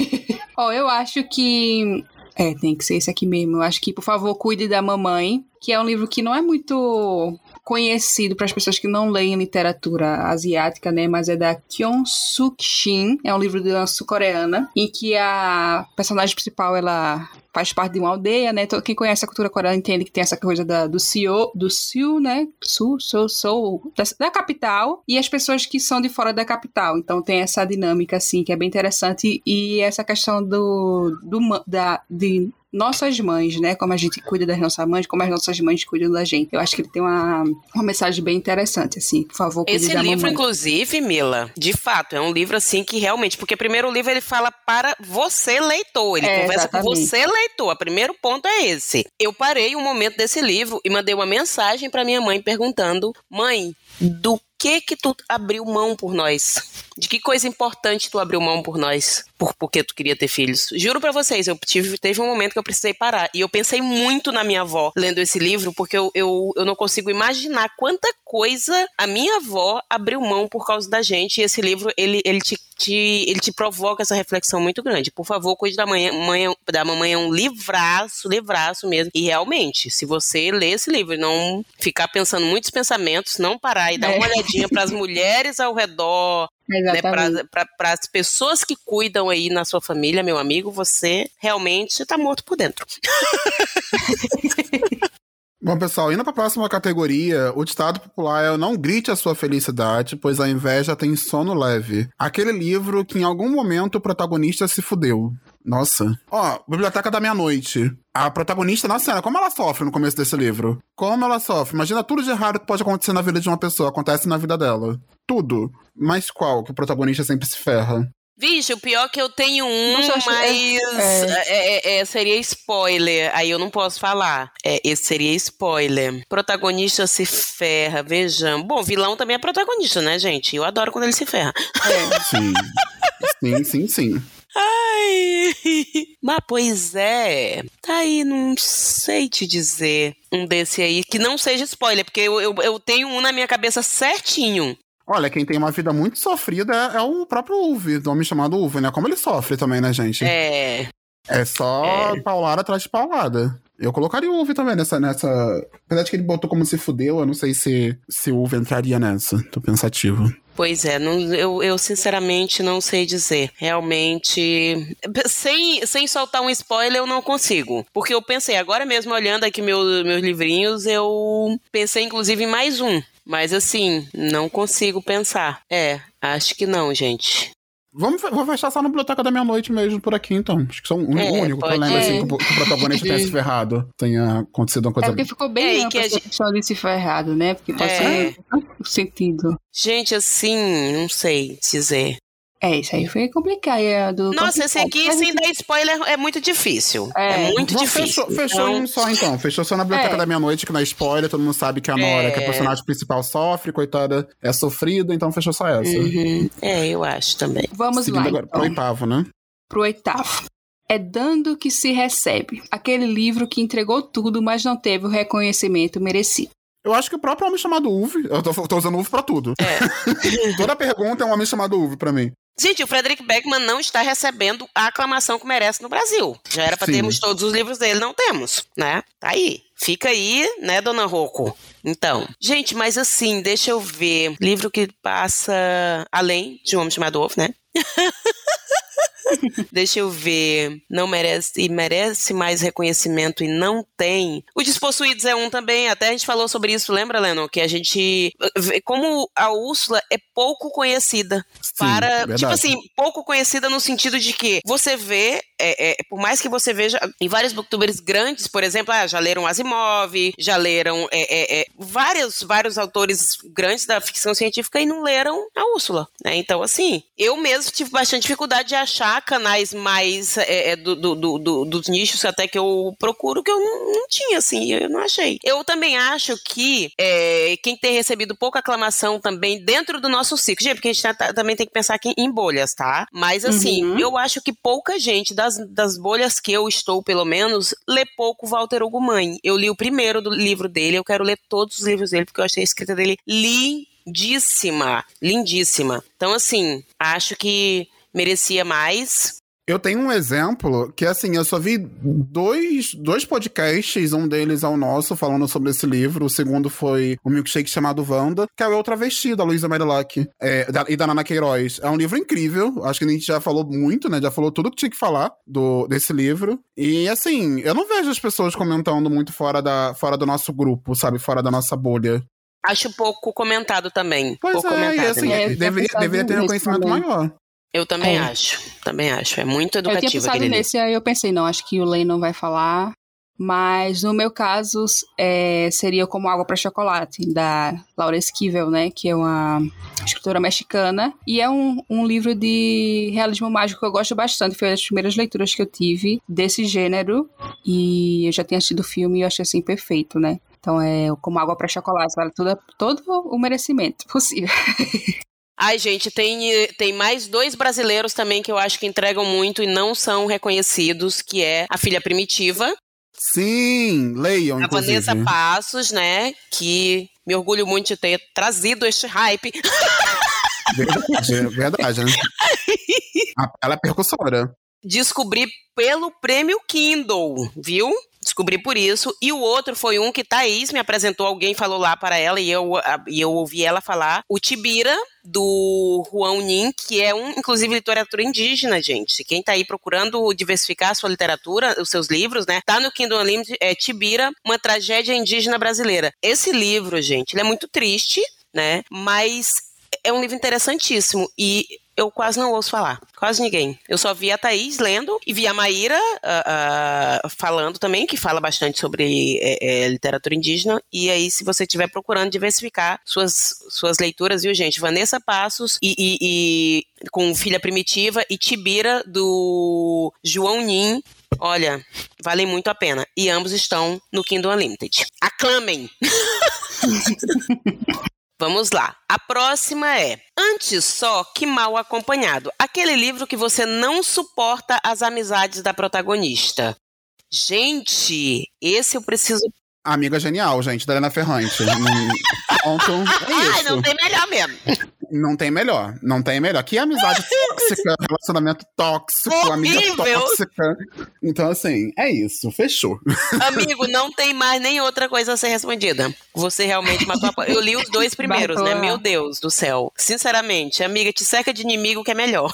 Speaker 2: Ó, eu acho que... É, tem que ser esse aqui mesmo. Eu acho que, por favor, Cuide da Mamãe, que é um livro que não é muito conhecido para as pessoas que não leem literatura asiática, né? Mas é da Kyung Suk Shin, é um livro da sul-coreana, em que a personagem principal, ela faz parte de uma aldeia, né? Quem conhece a cultura coreana entende que tem essa coisa da, do Seul, do Seul, né? Sul, Seul, Seul, da, da capital, e as pessoas que são de fora da capital. Então tem essa dinâmica, assim, que é bem interessante, e essa questão do, do da, de nossas mães, né? Como a gente cuida das nossas mães, como as nossas mães cuidam da gente. Eu acho que ele tem uma, uma mensagem bem interessante, assim. Por favor, cuide
Speaker 3: Esse
Speaker 2: da
Speaker 3: livro,
Speaker 2: mamãe.
Speaker 3: inclusive, Mila, de fato, é um livro, assim, que realmente... Porque primeiro o livro, ele fala para você, leitor. Ele
Speaker 2: É,
Speaker 3: conversa
Speaker 2: exatamente.
Speaker 3: com você, leitor. O primeiro ponto é esse. Eu parei um momento desse livro e mandei uma mensagem para minha mãe perguntando: mãe, do que que tu abriu mão por nós? De que coisa importante tu abriu mão por nós? Por, porque tu queria ter filhos? Juro pra vocês, eu tive, teve um momento que eu precisei parar. E eu pensei muito na minha avó lendo esse livro, porque eu, eu, eu não consigo imaginar quanta coisa a minha avó abriu mão por causa da gente. E esse livro, ele, ele, te, te, ele te provoca essa reflexão muito grande. Por favor, cuide da, mãe, mãe, da mamãe, é um livraço, livraço mesmo. E realmente, se você ler esse livro e não ficar pensando muitos pensamentos, não parar e dar
Speaker 2: É.
Speaker 3: uma olhadinha para as mulheres ao redor, né, para as pessoas que cuidam aí na sua família, meu amigo, você realmente está morto por dentro.
Speaker 1: Bom, pessoal, indo para a próxima categoria, o ditado popular é: não grite a sua felicidade, pois a inveja tem sono leve. Aquele livro que em algum momento o protagonista se fudeu. Nossa. Ó, Biblioteca da Meia-Noite. A protagonista, na cena, como ela sofre no começo desse livro? Como ela sofre? Imagina tudo de errado que pode acontecer na vida de uma pessoa, acontece na vida dela. Tudo. Mas qual que o protagonista sempre se ferra?
Speaker 3: Vixe, o pior é que eu tenho um,
Speaker 2: Nossa, eu acho-
Speaker 3: mas
Speaker 2: é-
Speaker 3: é- é- é, seria spoiler, aí eu não posso falar. É, esse seria spoiler. Protagonista se ferra, vejam. Bom, vilão também é protagonista, né, gente? Eu adoro quando ele se ferra.
Speaker 2: É.
Speaker 1: Sim. sim, sim, sim.
Speaker 3: Ai, mas pois é, tá aí, não sei te dizer um desse aí, que não seja spoiler, porque eu, eu, eu tenho um na minha cabeça certinho.
Speaker 1: Olha, quem tem uma vida muito sofrida é, é o próprio Uwe, do homem chamado Uwe, né? Como ele sofre também, né, gente?
Speaker 3: É,
Speaker 1: É só
Speaker 3: É.
Speaker 1: paulada atrás de paulada. Eu colocaria o Uwe também nessa, nessa... Apesar de que ele botou como se fudeu, eu não sei se, se o Uwe entraria nessa. Tô pensativo.
Speaker 3: pois é, não, eu, eu sinceramente não sei dizer. Realmente, sem, sem soltar um spoiler, eu não consigo. Porque eu pensei, agora mesmo olhando aqui meu, meus livrinhos, eu pensei inclusive em mais um. Mas assim, não consigo pensar. É, acho que não, gente.
Speaker 1: Vamos, vou fechar só na Biblioteca da Meia-Noite mesmo por aqui, então. Acho que são o
Speaker 3: É,
Speaker 1: único que eu
Speaker 3: pode-
Speaker 1: lembro,
Speaker 2: é.
Speaker 1: assim, que o, que o protagonista tenha se ferrado. Tenha acontecido uma
Speaker 2: É
Speaker 1: coisa...
Speaker 2: porque ficou bem
Speaker 3: É, e
Speaker 2: ampla
Speaker 3: que a
Speaker 2: essa
Speaker 3: gente-
Speaker 2: questão de se ferrado, né? Porque pode
Speaker 3: É.
Speaker 2: ser um sentido.
Speaker 3: Gente, assim, não sei dizer.
Speaker 2: É, isso aí foi complicado. É do
Speaker 3: Nossa, esse
Speaker 2: complicado.
Speaker 3: aqui,
Speaker 2: Mas,
Speaker 3: sem dar spoiler, é muito difícil.
Speaker 2: É.
Speaker 3: É, muito
Speaker 1: Bom,
Speaker 3: difícil.
Speaker 1: fechou, fechou
Speaker 3: Então,
Speaker 1: em um só, então. Fechou só na Biblioteca
Speaker 2: É.
Speaker 1: da Meia-Noite, que não é spoiler, todo mundo sabe que a Nora,
Speaker 3: É.
Speaker 1: que é a personagem principal, sofre, coitada, é sofrida, então fechou só essa.
Speaker 3: uhum, é, eu acho também.
Speaker 2: Vamos
Speaker 1: Seguindo
Speaker 2: lá,
Speaker 1: agora
Speaker 2: então,
Speaker 1: pro oitavo, né?
Speaker 2: pro oitavo. É dando que se recebe. Aquele livro que entregou tudo, mas não teve o reconhecimento merecido.
Speaker 1: Eu acho que o próprio homem chamado Uwe, eu tô, tô usando Uwe pra tudo.
Speaker 3: É.
Speaker 1: Toda pergunta é um homem chamado Uwe pra mim.
Speaker 3: Gente, o Frederick Beckman não está recebendo a aclamação que merece no Brasil. Já era para
Speaker 1: Sim.
Speaker 3: termos todos os livros dele, não temos, né? Tá aí. Fica aí, né, dona Rocco? Então, gente, mas assim, deixa eu ver. Livro que passa além de Um Homem Chamado Wolf, né? Deixa eu ver. Não merece e merece mais reconhecimento e não tem. O Despossuídos é um também. Até a gente falou sobre isso, lembra, Leno? Que a gente... Como a Úrsula é pouco conhecida.
Speaker 1: Sim,
Speaker 3: para...
Speaker 1: verdade.
Speaker 3: Tipo assim, pouco conhecida no sentido de que você vê... É, é, por mais que você veja em vários booktubers grandes, por exemplo, ah, já leram Asimov, já leram é, é, é, vários, vários autores grandes da ficção científica e não leram a Úrsula, né? Então, assim, eu mesmo tive bastante dificuldade de achar canais mais é, é, do, do, do, do, dos nichos até que eu procuro, que eu não, não tinha, assim, eu não achei. Eu também acho que é, quem tem recebido pouca aclamação também dentro do nosso ciclo, gente, porque a gente tá, tá, também tem que pensar aqui em bolhas, tá? Mas, assim,
Speaker 2: Uhum.
Speaker 3: eu acho que pouca gente das, das bolhas que eu estou, pelo menos, lê pouco Walter Hugo Mãe. Eu li o primeiro do livro dele, eu quero ler todos os livros dele, porque eu achei a escrita dele lindíssima, lindíssima. Então, assim, acho que merecia mais.
Speaker 1: Eu tenho um exemplo que, assim, eu só vi dois, dois podcasts, um deles é o nosso, falando sobre esse livro, o segundo foi o Milkshake chamado Wanda, que é o Eu Travesti, da Luísa Marilac, é, da, e da Nana Queiroz. É um livro incrível, acho que a gente já falou muito, né, já falou tudo que tinha que falar do, desse livro, e, assim, eu não vejo as pessoas comentando muito fora, da, fora do nosso grupo, sabe, fora da nossa bolha.
Speaker 3: Acho pouco comentado também.
Speaker 1: Pois
Speaker 3: pouco
Speaker 1: é,
Speaker 3: comentado,
Speaker 1: e assim,
Speaker 2: né?
Speaker 1: deveria, deveria ter um conhecimento maior.
Speaker 3: Eu também
Speaker 2: É.
Speaker 3: acho, também acho. É muito
Speaker 2: Eu tinha
Speaker 3: educativo
Speaker 2: pensado
Speaker 3: aquele livro.
Speaker 2: nesse, aí eu pensei, não, acho que o Lei não vai falar, mas no meu caso é, seria Como Água para Chocolate, da Laura Esquivel, né, que é uma escritora mexicana, e é um, um livro de realismo mágico que eu gosto bastante, foi uma das primeiras leituras que eu tive desse gênero, e eu já tinha assistido o filme e eu achei assim perfeito, né. Então é Como Água para Chocolate, vale todo, todo o merecimento possível.
Speaker 3: Ai, gente, tem, tem mais dois brasileiros também que eu acho que entregam muito e não são reconhecidos, que é A Filha Primitiva.
Speaker 1: Sim, leiam,
Speaker 3: A
Speaker 1: inclusive.
Speaker 3: Vanessa Passos, né, que me orgulho muito de ter trazido este hype.
Speaker 1: Verdade, verdade, né? Ela é percussora.
Speaker 3: Descobri pelo prêmio Kindle, viu? Descobri por isso. E o outro foi um que Thaís me apresentou, alguém falou lá para ela e eu, a, e eu ouvi ela falar. O Tibira, do Juan Nin, que é um, inclusive, literatura indígena, gente. Quem tá aí procurando diversificar a sua literatura, os seus livros, né? Tá no Kindle Unlimited, é Tibira, uma tragédia indígena brasileira. Esse livro, gente, ele é muito triste, né? Mas é um livro interessantíssimo e eu quase não ouço falar, quase ninguém. Eu só vi a Thaís lendo e vi a Maíra uh, uh, falando também, que fala bastante sobre é, é, literatura indígena. E aí, se você estiver procurando diversificar suas, suas leituras, viu, gente? Vanessa Passos e, e, e com Filha Primitiva e Tibira, do João Nin. Olha, valem muito a pena. E ambos estão no Kindle Unlimited. Aclamem! Vamos lá. A próxima é Antes Só que Mal Acompanhado. Aquele livro que você não suporta as amizades da protagonista. Gente, esse eu preciso...
Speaker 1: Amiga genial, gente, da Helena Ferrante. Ponto. É isso.
Speaker 3: Ai, não tem melhor mesmo.
Speaker 1: Não tem melhor. Não tem melhor. Que amizade tóxica, relacionamento tóxico,
Speaker 3: Horrível.
Speaker 1: amiga tóxica. Então, assim, é isso. Fechou.
Speaker 3: Amigo, não tem mais nem outra coisa a ser respondida. Você realmente matou a... Eu li os dois primeiros, né? Meu Deus do céu. Sinceramente, amiga, te cerca de inimigo que é melhor.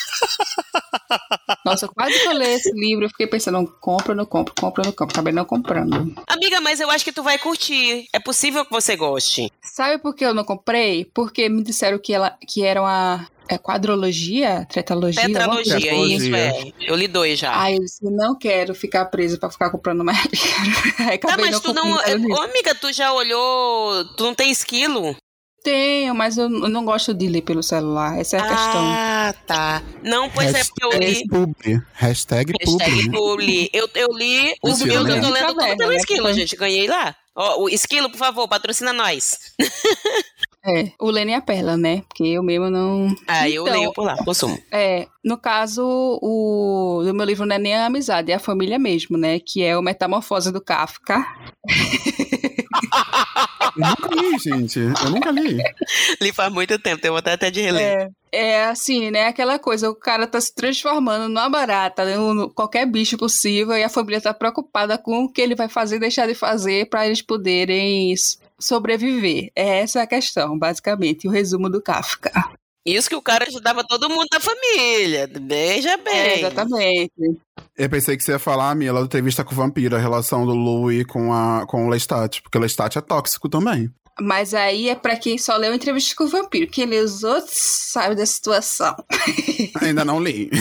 Speaker 2: Nossa, quase que eu li esse livro, eu fiquei pensando, compra ou não compro, compra ou não compro, acabei não comprando.
Speaker 3: Amiga, mas eu acho que tu vai curtir. É possível que você goste.
Speaker 2: Sabe por que eu não comprei? Porque me disseram que, ela, que era uma é, quadrologia, tretalogia.
Speaker 3: Tetralogia,
Speaker 1: Tetralogia.
Speaker 3: isso é. Eu li dois já.
Speaker 2: Ai, eu disse, não quero ficar presa pra ficar comprando mais livro.
Speaker 3: Tá, mas não tu não... Ô, amiga, tu já olhou... Tu não tem esquilo?
Speaker 2: Tenho, mas eu não gosto de ler pelo celular. Essa é a
Speaker 3: ah,
Speaker 2: questão.
Speaker 3: Ah, tá. Não, pois
Speaker 1: Hashtag
Speaker 3: é porque eu li...
Speaker 1: Publi. Hashtag,
Speaker 3: Hashtag
Speaker 1: publi.
Speaker 3: publi. Eu, eu li... Os
Speaker 1: Mentira,
Speaker 3: meus,
Speaker 1: né?
Speaker 3: eu tô lendo tudo
Speaker 2: Caverna,
Speaker 3: pelo
Speaker 2: né?
Speaker 3: esquilo, gente. Ganhei lá. Ó, o esquilo, por favor, patrocina nós.
Speaker 2: É, o Lene e a Perla, né? Porque eu mesmo não...
Speaker 3: Ah, eu
Speaker 2: Então,
Speaker 3: leio por lá, consumo.
Speaker 2: É, no caso, o do meu livro não é nem a amizade, é a família mesmo, né? Que é o Metamorfose do Kafka.
Speaker 1: Eu nunca li, gente. Eu nunca li.
Speaker 3: Li faz muito tempo, tenho vontade até de reler.
Speaker 2: É, é assim, né? Aquela coisa, o cara tá se transformando numa barata, em qualquer bicho possível, e a família tá preocupada com o que ele vai fazer e deixar de fazer pra eles poderem sobreviver. É essa a questão, basicamente, o resumo do Kafka.
Speaker 3: Isso que o cara ajudava todo mundo da família. Veja bem.
Speaker 2: É, exatamente.
Speaker 1: Eu pensei que você ia falar, Mila, da entrevista com o vampiro, a relação do Louis com, a, com o Lestat, porque o Lestat é tóxico também.
Speaker 2: Mas aí é pra quem só leu Entrevista com o Vampiro. Quem lê os outros sabe da situação.
Speaker 1: Ainda não li.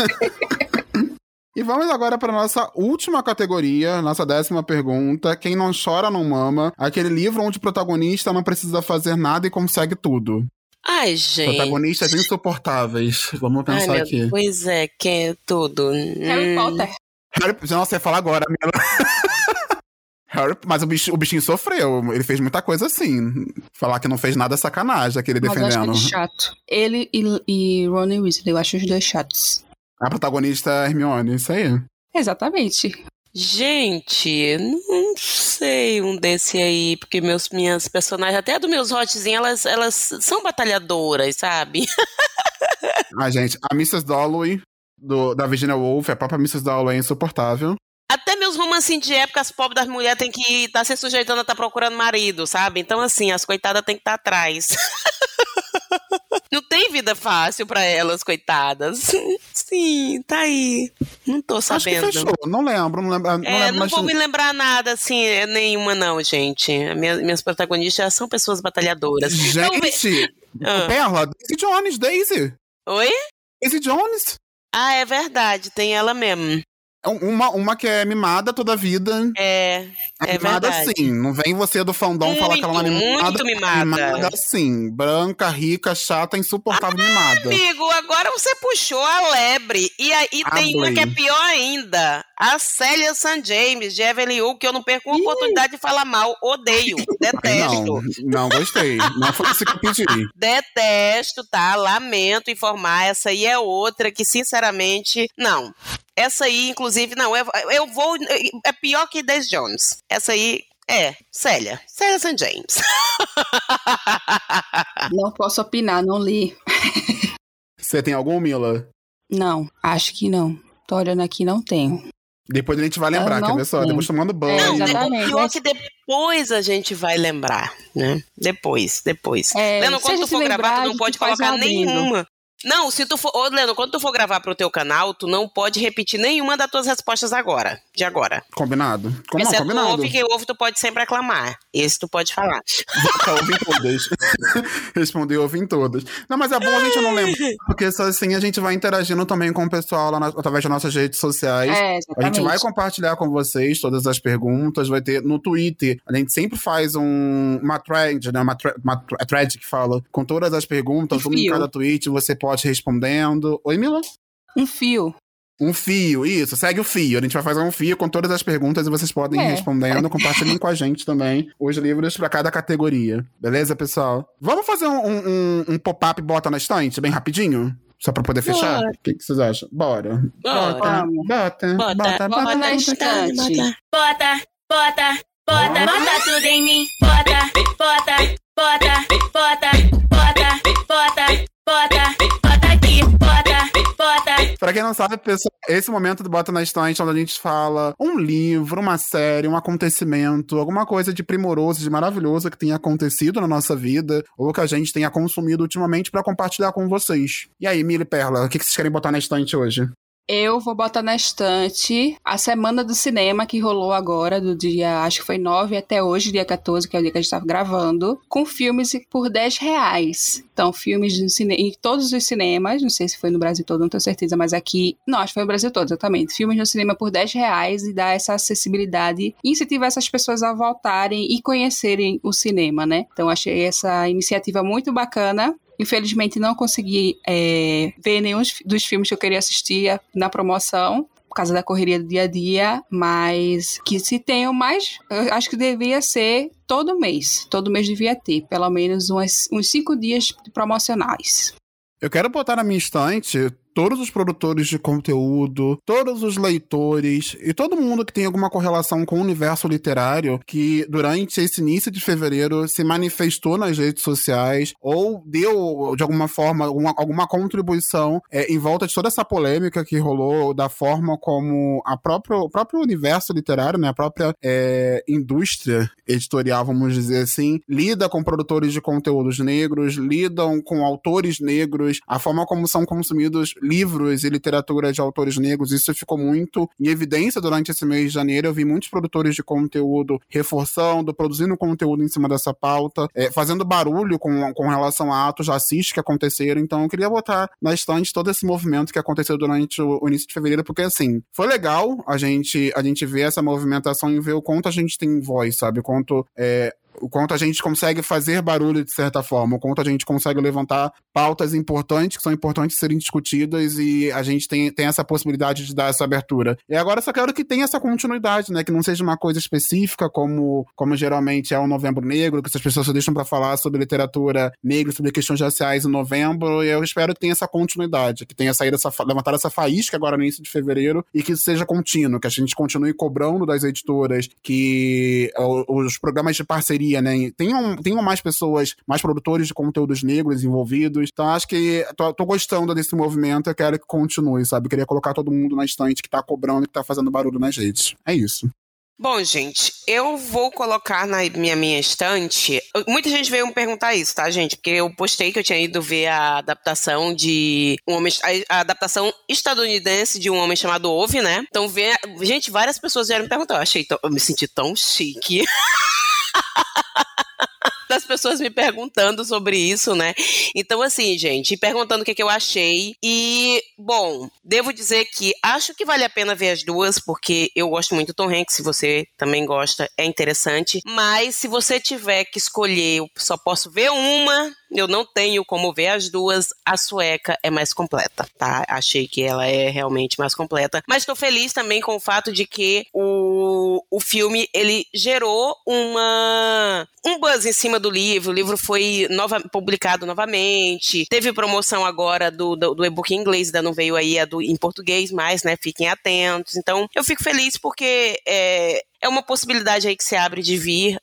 Speaker 1: E vamos agora para nossa última categoria, nossa décima pergunta. Quem não chora não mama. Aquele livro onde o protagonista não precisa fazer nada e consegue tudo.
Speaker 3: Ai, gente.
Speaker 1: Protagonistas insuportáveis. Vamos pensar
Speaker 3: Ai,
Speaker 1: aqui.
Speaker 3: Pois é, quem é tudo?
Speaker 2: Harry
Speaker 3: hum.
Speaker 2: Potter.
Speaker 1: Harry, não, você fala agora, Mila. Harry, mas o, bicho, o bichinho sofreu. Ele fez muita coisa assim. Falar que não fez nada é sacanagem, aquele
Speaker 2: Mas
Speaker 1: defendendo.
Speaker 2: eu acho ele chato. Ele e, e Ron Weasley, eu acho os dois chatos.
Speaker 1: A protagonista é Hermione, isso aí.
Speaker 2: Exatamente.
Speaker 3: Gente, não sei um desse aí, porque meus, minhas personagens, até dos meus hotzinhos, elas, elas são batalhadoras, sabe?
Speaker 1: Ah, gente, a missus Dalloway do, da Virginia Woolf, a própria missus Dalloway é insuportável.
Speaker 3: Até meus romancinhos de época, as pobres das mulheres têm que estar tá se sujeitando a estar tá procurando marido, sabe? Então, assim, as coitadas têm que estar tá atrás. Não tem vida fácil pra elas, coitadas. Sim, tá aí. Não tô sabendo.
Speaker 1: Acho que fechou. Não lembro, não lembro. Não,
Speaker 3: é,
Speaker 1: lembro,
Speaker 3: não
Speaker 1: mas...
Speaker 3: vou me lembrar nada, assim, nenhuma não, gente. Minha, minhas protagonistas são pessoas batalhadoras.
Speaker 1: Gente,
Speaker 3: ah.
Speaker 1: Perla, Daisy Jones, Daisy.
Speaker 3: Oi?
Speaker 1: Daisy Jones.
Speaker 3: Ah, é verdade, tem ela mesmo.
Speaker 1: Uma, uma que é mimada toda a vida.
Speaker 3: É, é, é
Speaker 1: mimada
Speaker 3: verdade.
Speaker 1: Sim, não vem você do fandom
Speaker 3: muito,
Speaker 1: falar que ela é uma mimada.
Speaker 3: Muito mimada.
Speaker 1: Mimada sim, branca, rica, chata, insuportável,
Speaker 3: ah,
Speaker 1: mimada.
Speaker 3: Amigo, agora você puxou a lebre. E aí tem uma que é pior ainda. A Célia Saint James, de Evelyn Hugo, que eu não perco uma Ih. oportunidade de falar mal. Odeio, detesto.
Speaker 1: Não, não gostei. Não foi isso que eu pedi.
Speaker 3: Detesto, tá? Lamento informar. Essa aí é outra que, sinceramente, não. Essa aí, inclusive, não, eu, eu vou... É pior que Daisy Jones. Essa aí é Célia. Célia Saint James.
Speaker 2: Não posso opinar, não li.
Speaker 1: Você tem algum, Mila?
Speaker 2: Não, acho que não. Tô olhando aqui, não tenho.
Speaker 1: Depois a gente vai lembrar, quer ver só?
Speaker 2: Tenho.
Speaker 1: Depois tomando banho.
Speaker 3: Não,
Speaker 2: exatamente.
Speaker 3: pior que depois a gente vai lembrar, né? Depois, depois.
Speaker 2: É,
Speaker 3: Leno, quando tu for
Speaker 2: lembrar,
Speaker 3: gravar, tu não pode colocar nenhuma. Não, se tu for... Ô, Leno, quando tu for gravar pro teu canal, tu não pode repetir nenhuma das tuas respostas agora, de agora.
Speaker 1: Combinado. Como
Speaker 3: Exceto
Speaker 1: não, combinado.
Speaker 3: o ovo, que o ovo tu pode sempre aclamar. Esse tu pode falar.
Speaker 1: Tá, ouvi em todas. Responder ovo em todas. Não, mas é bom a gente não lembrar, porque assim a gente vai interagindo também com o pessoal lá na, através das nossas redes sociais.
Speaker 2: É,
Speaker 1: a gente vai compartilhar com vocês todas as perguntas, vai ter no Twitter, a gente sempre faz um, uma thread, né, uma, thre, uma thread que fala com todas as perguntas, um em cada tweet, você pode pode respondendo. Oi, Mila?
Speaker 2: Um fio.
Speaker 1: Um fio, isso. Segue o fio. A gente vai fazer um fio com todas as perguntas e vocês podem ir
Speaker 2: é.
Speaker 1: respondendo, compartilhem com a gente também os livros pra cada categoria. Beleza, pessoal? Vamos fazer um, um, um pop-up bota na estante, bem rapidinho? Só pra poder fechar? O que, que vocês acham? Bora.
Speaker 3: Bora.
Speaker 1: Bota, bota,
Speaker 3: bota,
Speaker 1: bota,
Speaker 2: bota na estante.
Speaker 4: Bota, bota, bota, bota tudo em mim. Bota, bota, bota, bota, bota, bota, bota, bota aqui, bota, bota.
Speaker 1: Pra quem não sabe, pessoal, esse momento do Bota na Estante, onde a gente fala um livro, uma série, um acontecimento, alguma coisa de primoroso, de maravilhoso que tenha acontecido na nossa vida, ou que a gente tenha consumido ultimamente pra compartilhar com vocês. E aí, Mila e Perla, o que vocês querem botar na estante hoje?
Speaker 2: Eu vou botar na estante a Semana do Cinema que rolou agora, do dia, acho que foi nove até hoje, dia quatorze, que é o dia que a gente estava gravando, com filmes por dez reais. Então, filmes no cine... em todos os cinemas, não sei se foi no Brasil todo, não tenho certeza, mas aqui, não, acho que foi no Brasil todo, exatamente. Filmes no cinema por dez reais e dar essa acessibilidade e incentivar essas pessoas a voltarem e conhecerem o cinema, né? Então, achei essa iniciativa muito bacana. Infelizmente, não consegui é, ver nenhum dos filmes que eu queria assistir na promoção, por causa da correria do dia a dia, mas que se tenham mais, eu acho que devia ser todo mês. Todo mês devia ter, pelo menos umas, uns cinco dias promocionais.
Speaker 1: Eu quero botar na minha estante todos os produtores de conteúdo, todos os leitores e todo mundo que tem alguma correlação com o universo literário que durante esse início de fevereiro se manifestou nas redes sociais ou deu, de alguma forma, alguma, alguma contribuição é, em volta de toda essa polêmica que rolou da forma como a própria, o próprio universo literário, né, a própria é, indústria editorial, vamos dizer assim, lida com produtores de conteúdos negros, lidam com autores negros, a forma como são consumidos livros e literatura de autores negros, isso ficou muito em evidência durante esse mês de janeiro. Eu vi muitos produtores de conteúdo reforçando, produzindo conteúdo em cima dessa pauta, é, fazendo barulho com, com relação a atos racistas que aconteceram. Então eu queria botar na estante todo esse movimento que aconteceu durante o, o início de fevereiro, porque assim, foi legal a gente, a gente ver essa movimentação e ver o quanto a gente tem voz, sabe? O quanto é, o quanto a gente consegue fazer barulho de certa forma, o quanto a gente consegue levantar pautas importantes, que são importantes serem discutidas, e a gente tem, tem essa possibilidade de dar essa abertura. E agora eu só quero que tenha essa continuidade, né, que não seja uma coisa específica, como, como geralmente é o Novembro Negro, que essas pessoas só deixam pra falar sobre literatura negra, sobre questões raciais em novembro, e eu espero que tenha essa continuidade, que tenha saído essa, levantado essa faísca agora no início de fevereiro, e que isso seja contínuo, que a gente continue cobrando das editoras que os programas de parceria queria, né? Tenham, tenham mais pessoas, mais produtores de conteúdos negros envolvidos. Então, acho que tô, tô gostando desse movimento, eu quero que continue, sabe? Eu queria colocar todo mundo na estante que tá cobrando e que tá fazendo barulho nas redes. É isso.
Speaker 3: Bom, gente, eu vou colocar na minha, minha estante... Muita gente veio me perguntar isso, tá, gente? Porque eu postei que eu tinha ido ver a adaptação de... Um homem, a adaptação estadunidense de Um Homem Chamado Ove, né? Então, vê, gente, várias pessoas vieram me perguntar. Eu achei tão, eu me senti tão chique. Das pessoas me perguntando sobre isso, né? Então, assim, gente, perguntando o que, que eu achei. E, bom, devo dizer que acho que vale a pena ver as duas, porque eu gosto muito do Tom Hanks, se você também gosta, é interessante. Mas, se você tiver que escolher, eu só posso ver uma, eu não tenho como ver as duas, a sueca é mais completa, tá? Achei que ela é realmente mais completa. Mas estou feliz também com o fato de que o, o filme, ele gerou uma... um buzz em cima do livro, o livro foi nova, publicado novamente, teve promoção agora do, do, do e-book em inglês, ainda não veio aí a do, em português mais, né, fiquem atentos. Então, eu fico feliz porque é, é uma possibilidade aí que se abre de vir,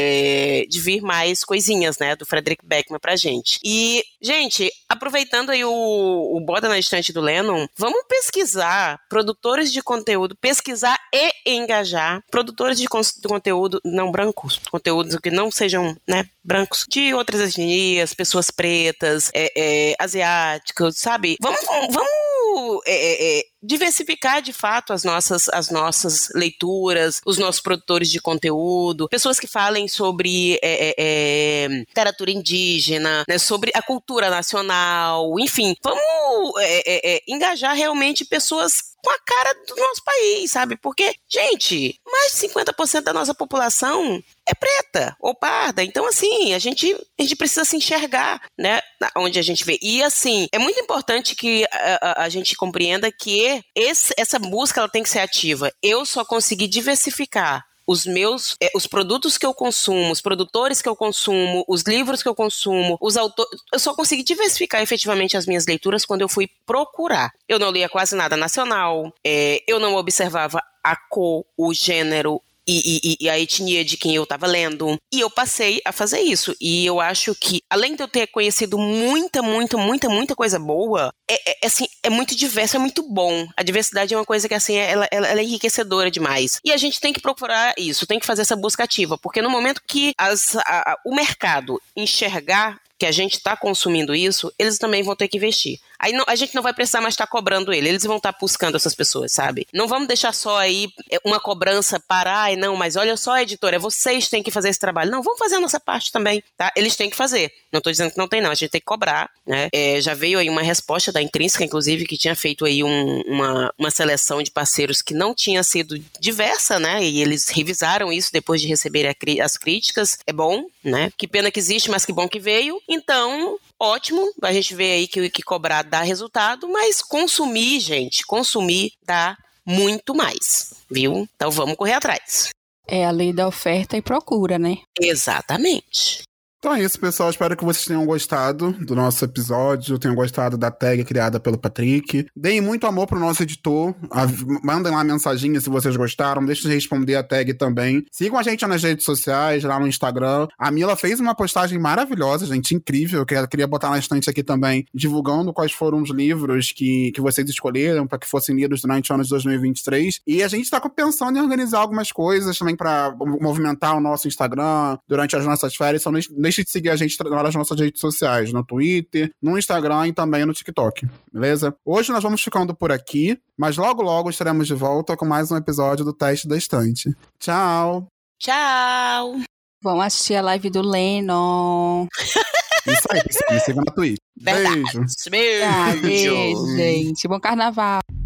Speaker 3: é, de vir mais coisinhas, né, do Frederick Beckman pra gente. E, gente, aproveitando aí o, o Bota na Estante do Lennon, vamos pesquisar produtores de conteúdo, pesquisar e engajar produtores de, con- de conteúdo não brancos, conteúdos que não sejam, né, brancos, de outras etnias, pessoas pretas, é, é, asiáticos, sabe? Vamos, vamos é, é, diversificar de fato as nossas, as nossas leituras, os nossos produtores de conteúdo, pessoas que falem sobre é, é, literatura indígena, né, sobre a cultura nacional, enfim, vamos é, é, é, engajar realmente pessoas com a cara do nosso país, sabe? Porque, gente, mais de cinquenta por cento da nossa população é preta ou parda. Então, assim, a gente, a gente precisa se enxergar, né? Onde a gente vê. E, assim, é muito importante que a, a, a gente compreenda que esse, essa busca ela tem que ser ativa. Eu só consegui diversificar os meus, eh, os produtos que eu consumo, os produtores que eu consumo, os livros que eu consumo, os autores, eu só consegui diversificar efetivamente as minhas leituras quando eu fui procurar. Eu não lia quase nada nacional, eh, eu não observava a cor, o gênero E, e, e a etnia de quem eu estava lendo. E eu passei a fazer isso. E eu acho que, além de eu ter conhecido muita, muita, muita, muita coisa boa, é, é, assim, é muito diverso, é muito bom. A diversidade é uma coisa que, assim, ela, ela, ela é enriquecedora demais. E a gente tem que procurar isso, tem que fazer essa busca ativa. Porque no momento que as, a, o mercado enxergar que a gente está consumindo isso, eles também vão ter que investir. Aí não, a gente não vai precisar mais estar tá cobrando ele, eles vão estar tá buscando essas pessoas, sabe? Não vamos deixar só aí uma cobrança para, ai não, mas olha só, editora, vocês têm que fazer esse trabalho. Não, vamos fazer a nossa parte também, tá? Eles têm que fazer. Não estou dizendo que não tem não, a gente tem que cobrar, né? É, já veio aí uma resposta da Intrínseca, inclusive, que tinha feito aí um, uma, uma seleção de parceiros que não tinha sido diversa, né? E eles revisaram isso depois de receber a, as críticas. É bom, né? Que pena que existe, mas que bom que veio. Então, ótimo, a gente vê aí que, que cobrar dá resultado, mas consumir, gente, consumir dá muito mais, viu? Então vamos correr atrás.
Speaker 2: É a lei da oferta e procura, né?
Speaker 3: Exatamente.
Speaker 1: Então é isso, pessoal. Espero que vocês tenham gostado do nosso episódio, tenham gostado da tag criada pelo Patrick. Deem muito amor pro nosso editor. Mandem lá a mensaginha se vocês gostaram. Deixa eu responder a tag também. Sigam a gente nas redes sociais, lá no Instagram. A Mila fez uma postagem maravilhosa, gente, incrível, que eu queria botar na estante aqui também, divulgando quais foram os livros que, que vocês escolheram para que fossem lidos durante o ano de dois mil e vinte e três. E a gente tá pensando em organizar algumas coisas também para movimentar o nosso Instagram durante as nossas férias. Então, deixe de seguir a gente nas nossas redes sociais, no Twitter, no Instagram e também no TikTok, beleza? Hoje nós vamos ficando por aqui, mas logo logo estaremos de volta com mais um episódio do Teste da Estante. Tchau!
Speaker 3: Tchau!
Speaker 2: Vamos assistir a live do Lennon.
Speaker 1: Isso aí, me siga na Twitch.
Speaker 3: Verdade.
Speaker 1: Beijo!
Speaker 3: Beijo!
Speaker 2: Ah, beijo, gente. Bom carnaval!